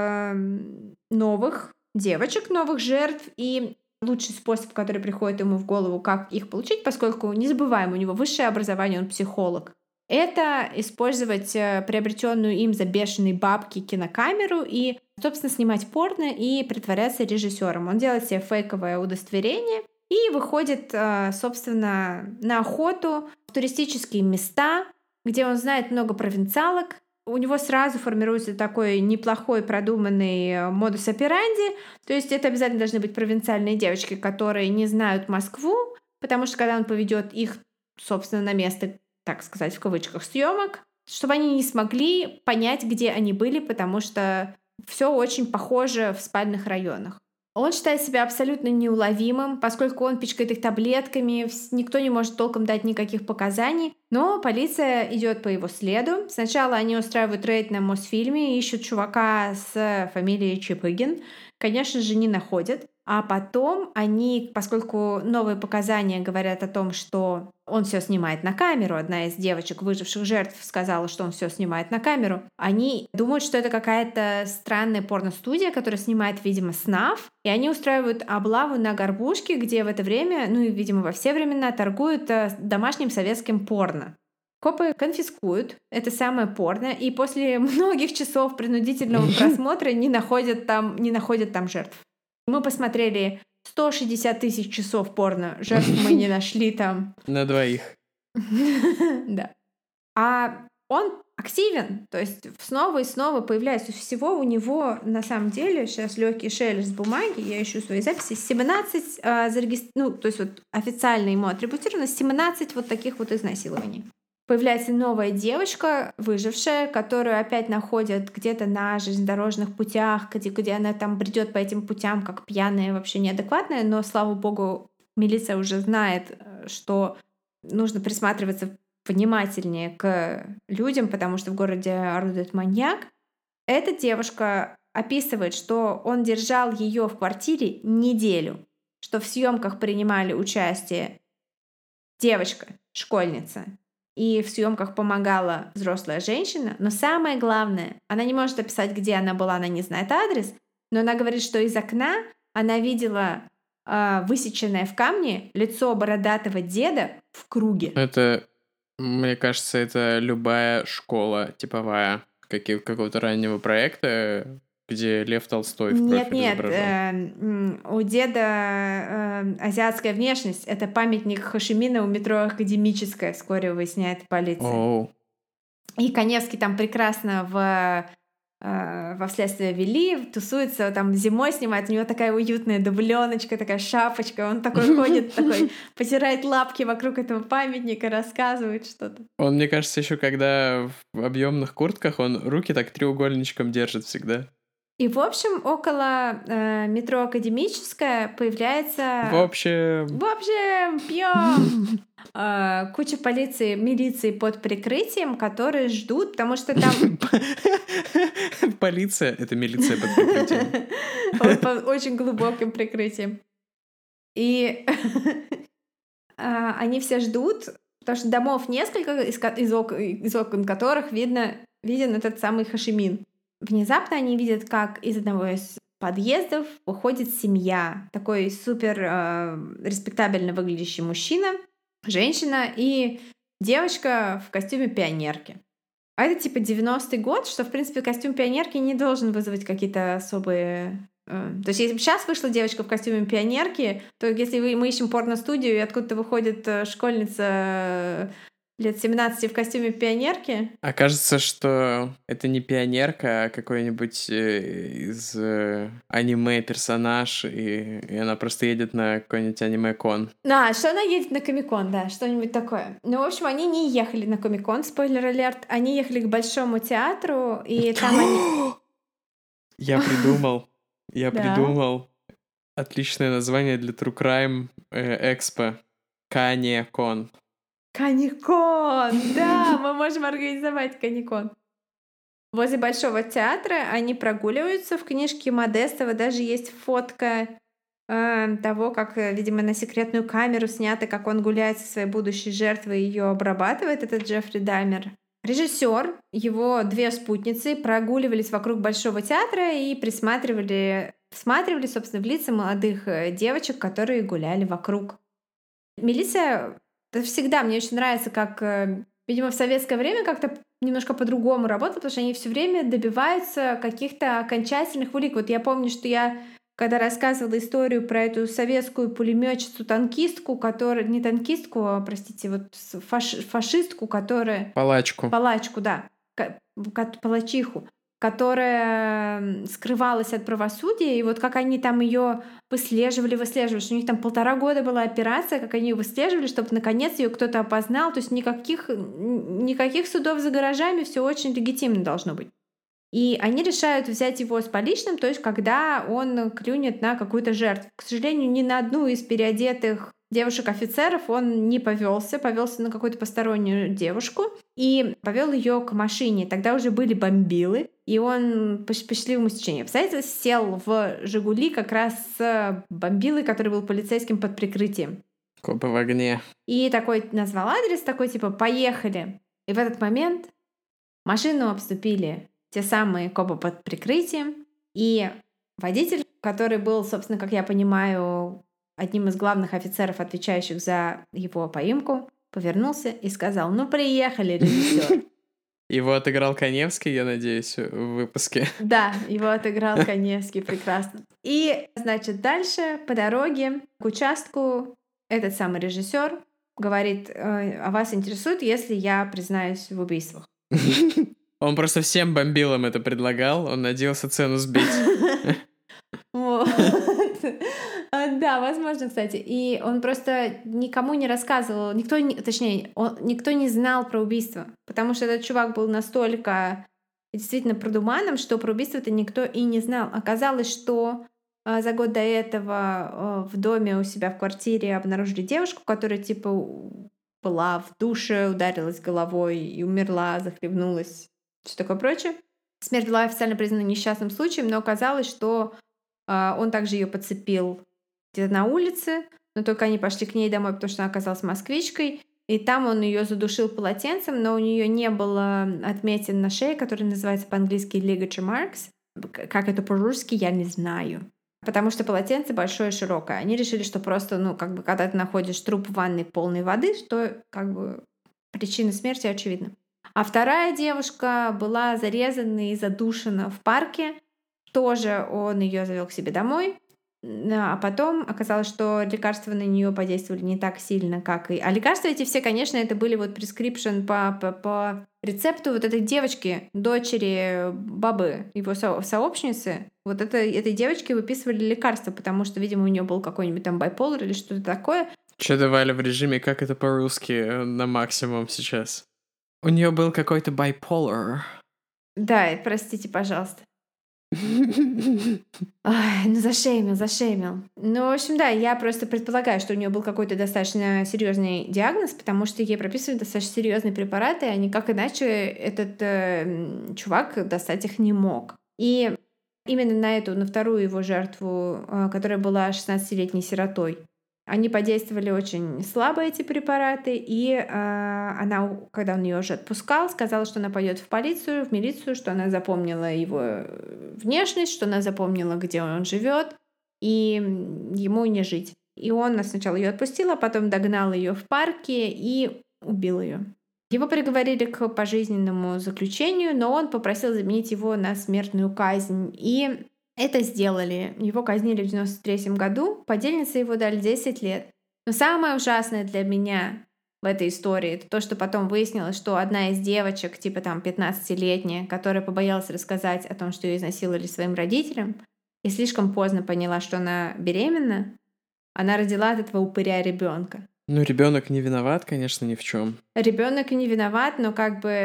новых девочек, новых жертв, и лучший способ, который приходит ему в голову, как их получить, поскольку, не забываем, у него высшее образование, он психолог, это использовать приобретенную им за бешеные бабки кинокамеру и, собственно, снимать порно и притворяться режиссером. Он делает себе фейковое удостоверение и выходит, собственно, на охоту в туристические места, где он знает много провинциалок. У него сразу формируется такой неплохой продуманный модус операнди. То есть это обязательно должны быть провинциальные девочки, которые не знают Москву, потому что когда он поведет их, собственно, на место, так сказать, в кавычках, съемок, чтобы они не смогли понять, где они были, потому что все очень похоже в спальных районах. Он считает себя абсолютно неуловимым, поскольку он пичкает их таблетками, никто не может толком дать никаких показаний. Но полиция идет по его следу. Сначала они устраивают рейд на Мосфильме, ищут чувака с фамилией Чапыгин. Конечно же, не находят. А потом они, поскольку новые показания говорят о том, что он все снимает на камеру, одна из девочек, выживших жертв, сказала, что он все снимает на камеру, они думают, что это какая-то странная порностудия, которая снимает, видимо, СНАФ, и они устраивают облаву на горбушке, где в это время, ну и, видимо, во все времена торгуют домашним советским порно. Копы конфискуют это самое порно, и после многих часов принудительного просмотра не находят там жертв. Мы посмотрели 160 тысяч часов порно. Жертв мы не нашли там. На двоих. Да. А он активен, то есть снова и снова появляется. Всего у него, на самом деле, сейчас легкий шелест бумаги, я ищу свои записи, 17 зарегистрировано, то есть вот официально ему атрибутировано 17 вот таких вот изнасилований. Появляется новая девочка, выжившая, которую опять находят где-то на железнодорожных путях, где она там бредет по этим путям, как пьяная, вообще неадекватная, но, слава богу, милиция уже знает, что нужно присматриваться внимательнее к людям, потому что в городе орудует маньяк. Эта девушка описывает, что он держал ее в квартире неделю, что в съемках принимали участие девочка, школьница, и в съемках помогала взрослая женщина, но самое главное, она не может описать, где она была, она не знает адрес, но она говорит, что из окна она видела высеченное в камне лицо бородатого деда в круге. Это, мне кажется, это любая школа типовая какого-то раннего проекта, где Лев Толстой в профиль изображен. У деда азиатская внешность. Это памятник Хошимина у метро Академическая, вскоре выясняет полиция. И Каневский там прекрасно во «Следствие вели», тусуется, там зимой снимает, у него такая уютная дубленочка, такая шапочка, он такой ходит, такой потирает лапки вокруг этого памятника, рассказывает что-то. Он, мне кажется, еще когда в объемных куртках, он руки так треугольничком держит всегда. И, в общем, около метро Академическая появляется... В общем, пьем! Куча милиции под прикрытием, которые ждут, потому что там... Полиция — это милиция под прикрытием. Под очень глубоким прикрытием. И они все ждут, потому что домов несколько, из окон которых виден этот самый Хошимин. Внезапно они видят, как из одного из подъездов выходит семья. Такой супер респектабельно выглядящий мужчина, женщина и девочка в костюме пионерки. А это типа 90-й год, что, в принципе, костюм пионерки не должен вызвать какие-то особые... То есть если бы сейчас вышла девочка в костюме пионерки, то если мы ищем порно-студию, и откуда-то выходит школьница лет 17 в костюме пионерки. Окажется, что это не пионерка, а какой-нибудь из аниме персонаж, и она просто едет на какой-нибудь аниме-кон. Что она едет на комик-кон, да, что-нибудь такое. Ну, в общем, они не ехали на комик-кон, спойлер-алерт, они ехали к Большому театру, и там они... Я придумал отличное название для True Crime Экспо. Канекон. Каникон! Да, мы можем организовать каникон. Возле Большого театра они прогуливаются. В книжке Модестова даже есть фотка того, как, видимо, на секретную камеру снято, как он гуляет со своей будущей жертвой и ее обрабатывает, этот Джеффри Даймер. Режиссер, его две спутницы прогуливались вокруг Большого театра и всматривали, собственно, в лица молодых девочек, которые гуляли вокруг. Милиция... Это всегда мне очень нравится, как, видимо, в советское время как-то немножко по-другому работало, потому что они все время добиваются каких-то окончательных улик. Вот я помню, что я, когда рассказывала историю про эту советскую пулеметчицу-танкистку, которая... Не танкистку, а, простите, вот фашистку, которая... Палачку, да. Палачиху, которая скрывалась от правосудия, и вот как они там ее выслеживали, что у них там 1,5 года была операция, как они ее выслеживали, чтобы наконец ее кто-то опознал, то есть никаких судов за гаражами, все очень легитимно должно быть. И они решают взять его с поличным, то есть когда он клюнет на какую-то жертву. К сожалению, ни на одну из переодетых девушек-офицеров он не повелся на какую-то постороннюю девушку и повел ее к машине. Тогда уже были бомбилы, и он по счастливому стечению обстоятельств сел в «Жигули» как раз с бомбилой, который был полицейским под прикрытием. Копы в огне. И такой назвал адрес, такой типа «Поехали». И в этот момент машину обступили те самые копы под прикрытием, и водитель, который был, собственно, как я понимаю, одним из главных офицеров, отвечающих за его поимку, повернулся и сказал: «Ну, приехали, режиссер». Его отыграл Каневский, я надеюсь, в выпуске. Да, его отыграл Каневский прекрасно. И, значит, дальше по дороге к участку этот самый режиссер говорит: «А вас интересует, если я признаюсь в убийствах?» Он просто всем бомбилам это предлагал, он надеялся цену сбить. Вот. Да, возможно, кстати. И он просто никому не рассказывал, никто не знал про убийство, потому что этот чувак был настолько действительно продуманным, что про убийство-то никто и не знал. Оказалось, что за год до этого в доме у себя в квартире обнаружили девушку, которая типа была в душе, ударилась головой и умерла, захлебнулась, все такое прочее. Смерть была официально признана несчастным случаем, но оказалось, что он также ее подцепил где-то на улице, но только они пошли к ней домой, потому что она оказалась москвичкой, и там он ее задушил полотенцем, но у нее не было отметин на шее, которые называются по-английски ligature marks. Как это по-русски, я не знаю. Потому что полотенце большое и широкое. Они решили, что просто, когда ты находишь труп в ванной полной воды, что причина смерти очевидна. А вторая девушка была зарезана и задушена в парке. Тоже он ее завел к себе домой. А потом оказалось, что лекарства на нее подействовали не так сильно, как и... А лекарства эти все, конечно, это были prescription по рецепту вот этой девочки, дочери бабы, его сообщницы. Вот этой девочке выписывали лекарства, потому что, видимо, у нее был какой-нибудь там байполар или что-то такое. Что-то Валя в режиме, как это по-русски, на максимум сейчас. У нее был какой-то байполар. Да, простите, пожалуйста. Ой, зашеймил. Ну, в общем, да, я просто предполагаю, что у нее был какой-то достаточно серьезный диагноз, потому что ей прописывали достаточно серьезные препараты, а никак иначе этот чувак достать их не мог. И именно на вторую его жертву, которая была 16-летней сиротой, они подействовали очень слабо, эти препараты, и она, когда он ее уже отпускал, сказала, что она пойдет в полицию, в милицию, что она запомнила его внешность, что она запомнила, где он живет, и ему не жить. И он сначала ее отпустил, а потом догнал ее в парке и убил ее. Его приговорили к пожизненному заключению, но он попросил заменить его на смертную казнь. И это сделали. Его казнили в 1993 году, подельнице его дали 10 лет. Но самое ужасное для меня в этой истории это то, что потом выяснилось, что одна из девочек, типа 15-летняя, которая побоялась рассказать о том, что ее изнасиловали своим родителям, и слишком поздно поняла, что она беременна, она родила от этого упыря ребенка. Ну, ребенок не виноват, конечно, ни в чем. Ребенок не виноват, но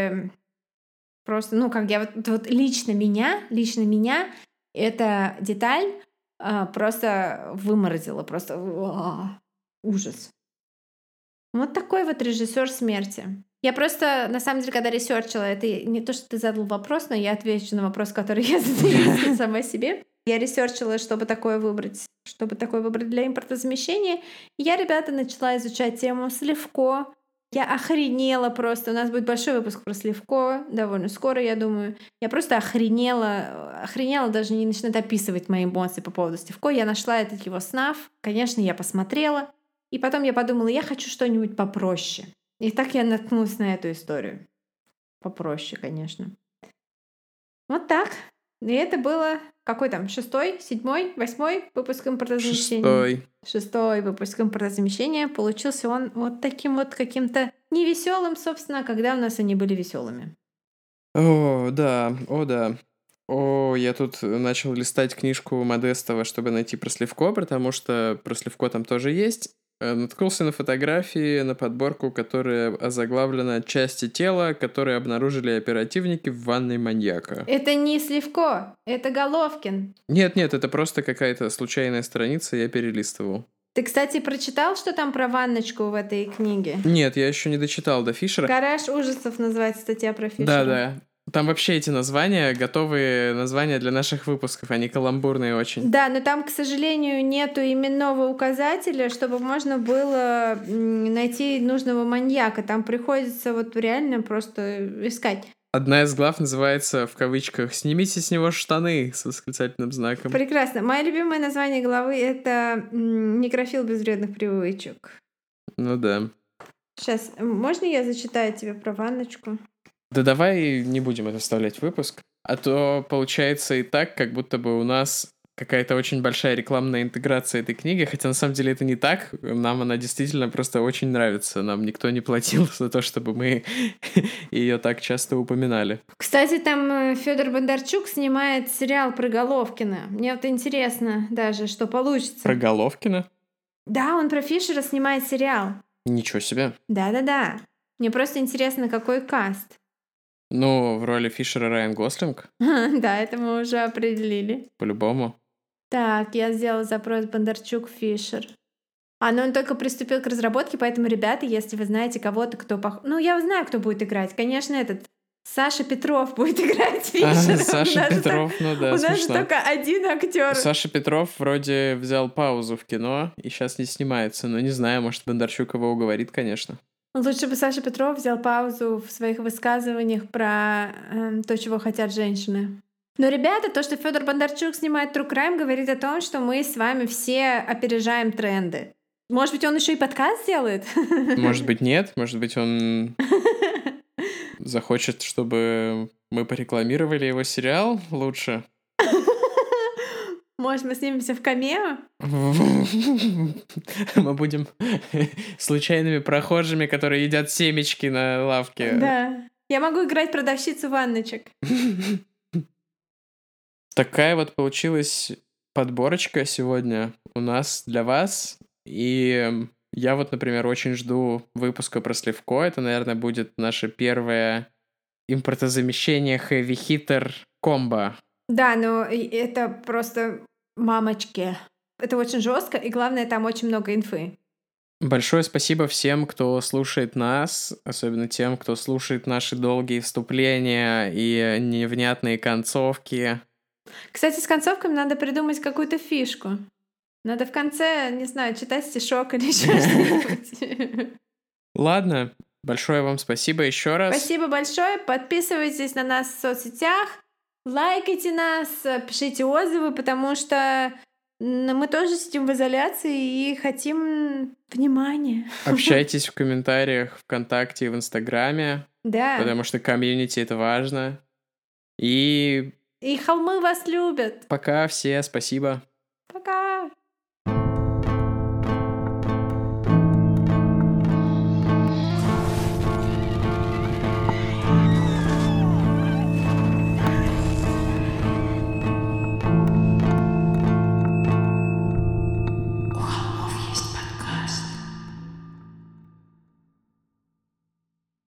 просто, лично меня эта деталь просто выморозила, просто ужас. Вот такой вот режиссер смерти. Я просто, на самом деле, когда ресерчила, это не то, что ты задал вопрос, но я отвечу на вопрос, который я задаю сама себе. Я ресерчила, чтобы такое выбрать для импортозамещения. И я, ребята, начала изучать тему Сливко. Я охренела просто. У нас будет большой выпуск про Сливко довольно скоро, я думаю. Я просто охренела, даже не начинать описывать мои эмоции по поводу Сливко. Я нашла этот его снаф. Конечно, я посмотрела. И потом я подумала, я хочу что-нибудь попроще. И так я наткнулась на эту историю. Попроще, конечно. Вот так. И это было... Какой там? 6-й, 7-й, 8-й выпуск импортозамещения? 6-й выпуск импортозамещения. Получился он вот таким вот каким-то невеселым, собственно, когда у нас они были веселыми. О, да. Я тут начал листать книжку Модестова, чтобы найти про Сливко, потому что про Сливко там тоже есть. Наткнулся на фотографии, на подборку, которая озаглавлена «Части тела, которые обнаружили оперативники в ванной маньяка». Это не Сливко, это Головкин. Нет, это просто какая-то случайная страница, я перелистывал. Ты, кстати, прочитал, что там про ванночку в этой книге? Нет, я еще не дочитал до Фишера. «Гараж ужасов» называется статья про Фишера. Да. Там вообще эти названия, готовые названия для наших выпусков, они каламбурные очень. Да, но там, к сожалению, нету именного указателя, чтобы можно было найти нужного маньяка. Там приходится вот реально просто искать. Одна из глав называется, в кавычках, «Снимите с него штаны» с восклицательным знаком. Прекрасно. Мое любимое название главы — это «Некрофил без вредных привычек». Ну да. Сейчас, можно я зачитаю тебе про ванночку? Да давай не будем это вставлять в выпуск. А то получается и так, как будто бы у нас какая-то очень большая рекламная интеграция этой книги, хотя на самом деле это не так. Нам она действительно просто очень нравится. Нам никто не платил за то, чтобы мы ее так часто упоминали. Кстати, там Федор Бондарчук снимает сериал про Головкина. Мне вот интересно даже, что получится. Про Головкина? Да, он про Фишера снимает сериал. Ничего себе. Да. Мне просто интересно, какой каст. Ну, в роли Фишера Райан Гослинг, Да, это мы уже определили. по-любому. Так, я сделала запрос Бондарчук Фишер. Но он только приступил к разработке, поэтому, ребята, если вы знаете кого-то, кто Ну, я знаю, кто будет играть. Конечно, этот Саша Петров будет играть Фишера. Саша Петров, ну да, У нас же смешно. только один актер. Саша Петров вроде взял паузу в кино и сейчас не снимается. Но не знаю, может, Бондарчук его уговорит, конечно. Лучше бы Саша Петров взял паузу в своих высказываниях про то, чего хотят женщины. Но, ребята, то, что Федор Бондарчук снимает True Crime, говорит о том, что мы с вами все опережаем тренды. Может быть, он еще и подкаст сделает? Может быть, нет. Может быть, он захочет, чтобы мы порекламировали его сериал лучше. Может, мы снимемся в камео? Мы будем случайными прохожими, которые едят семечки на лавке. Да. Я могу играть продавщицу ванночек. Такая вот получилась подборочка сегодня у нас для вас. И я вот, например, очень жду выпуска про Сливко. Это, наверное, будет наше первое импортозамещение Heavy Hitter комбо. Да, но это просто мамочки. Это очень жестко, и главное, там очень много инфы. Большое спасибо всем, кто слушает нас, особенно тем, кто слушает наши долгие вступления и невнятные концовки. Кстати, с концовками надо придумать какую-то фишку. Надо в конце, не знаю, читать стишок или еще что-нибудь. Ладно, большое вам спасибо еще раз. Спасибо большое. Подписывайтесь на нас в соцсетях, лайкайте нас, пишите отзывы, потому что мы тоже сидим в изоляции и хотим внимания. Общайтесь в комментариях ВКонтакте и в Инстаграме, Да. потому что комьюнити — это важно. И холмы вас любят. пока все, спасибо. Пока.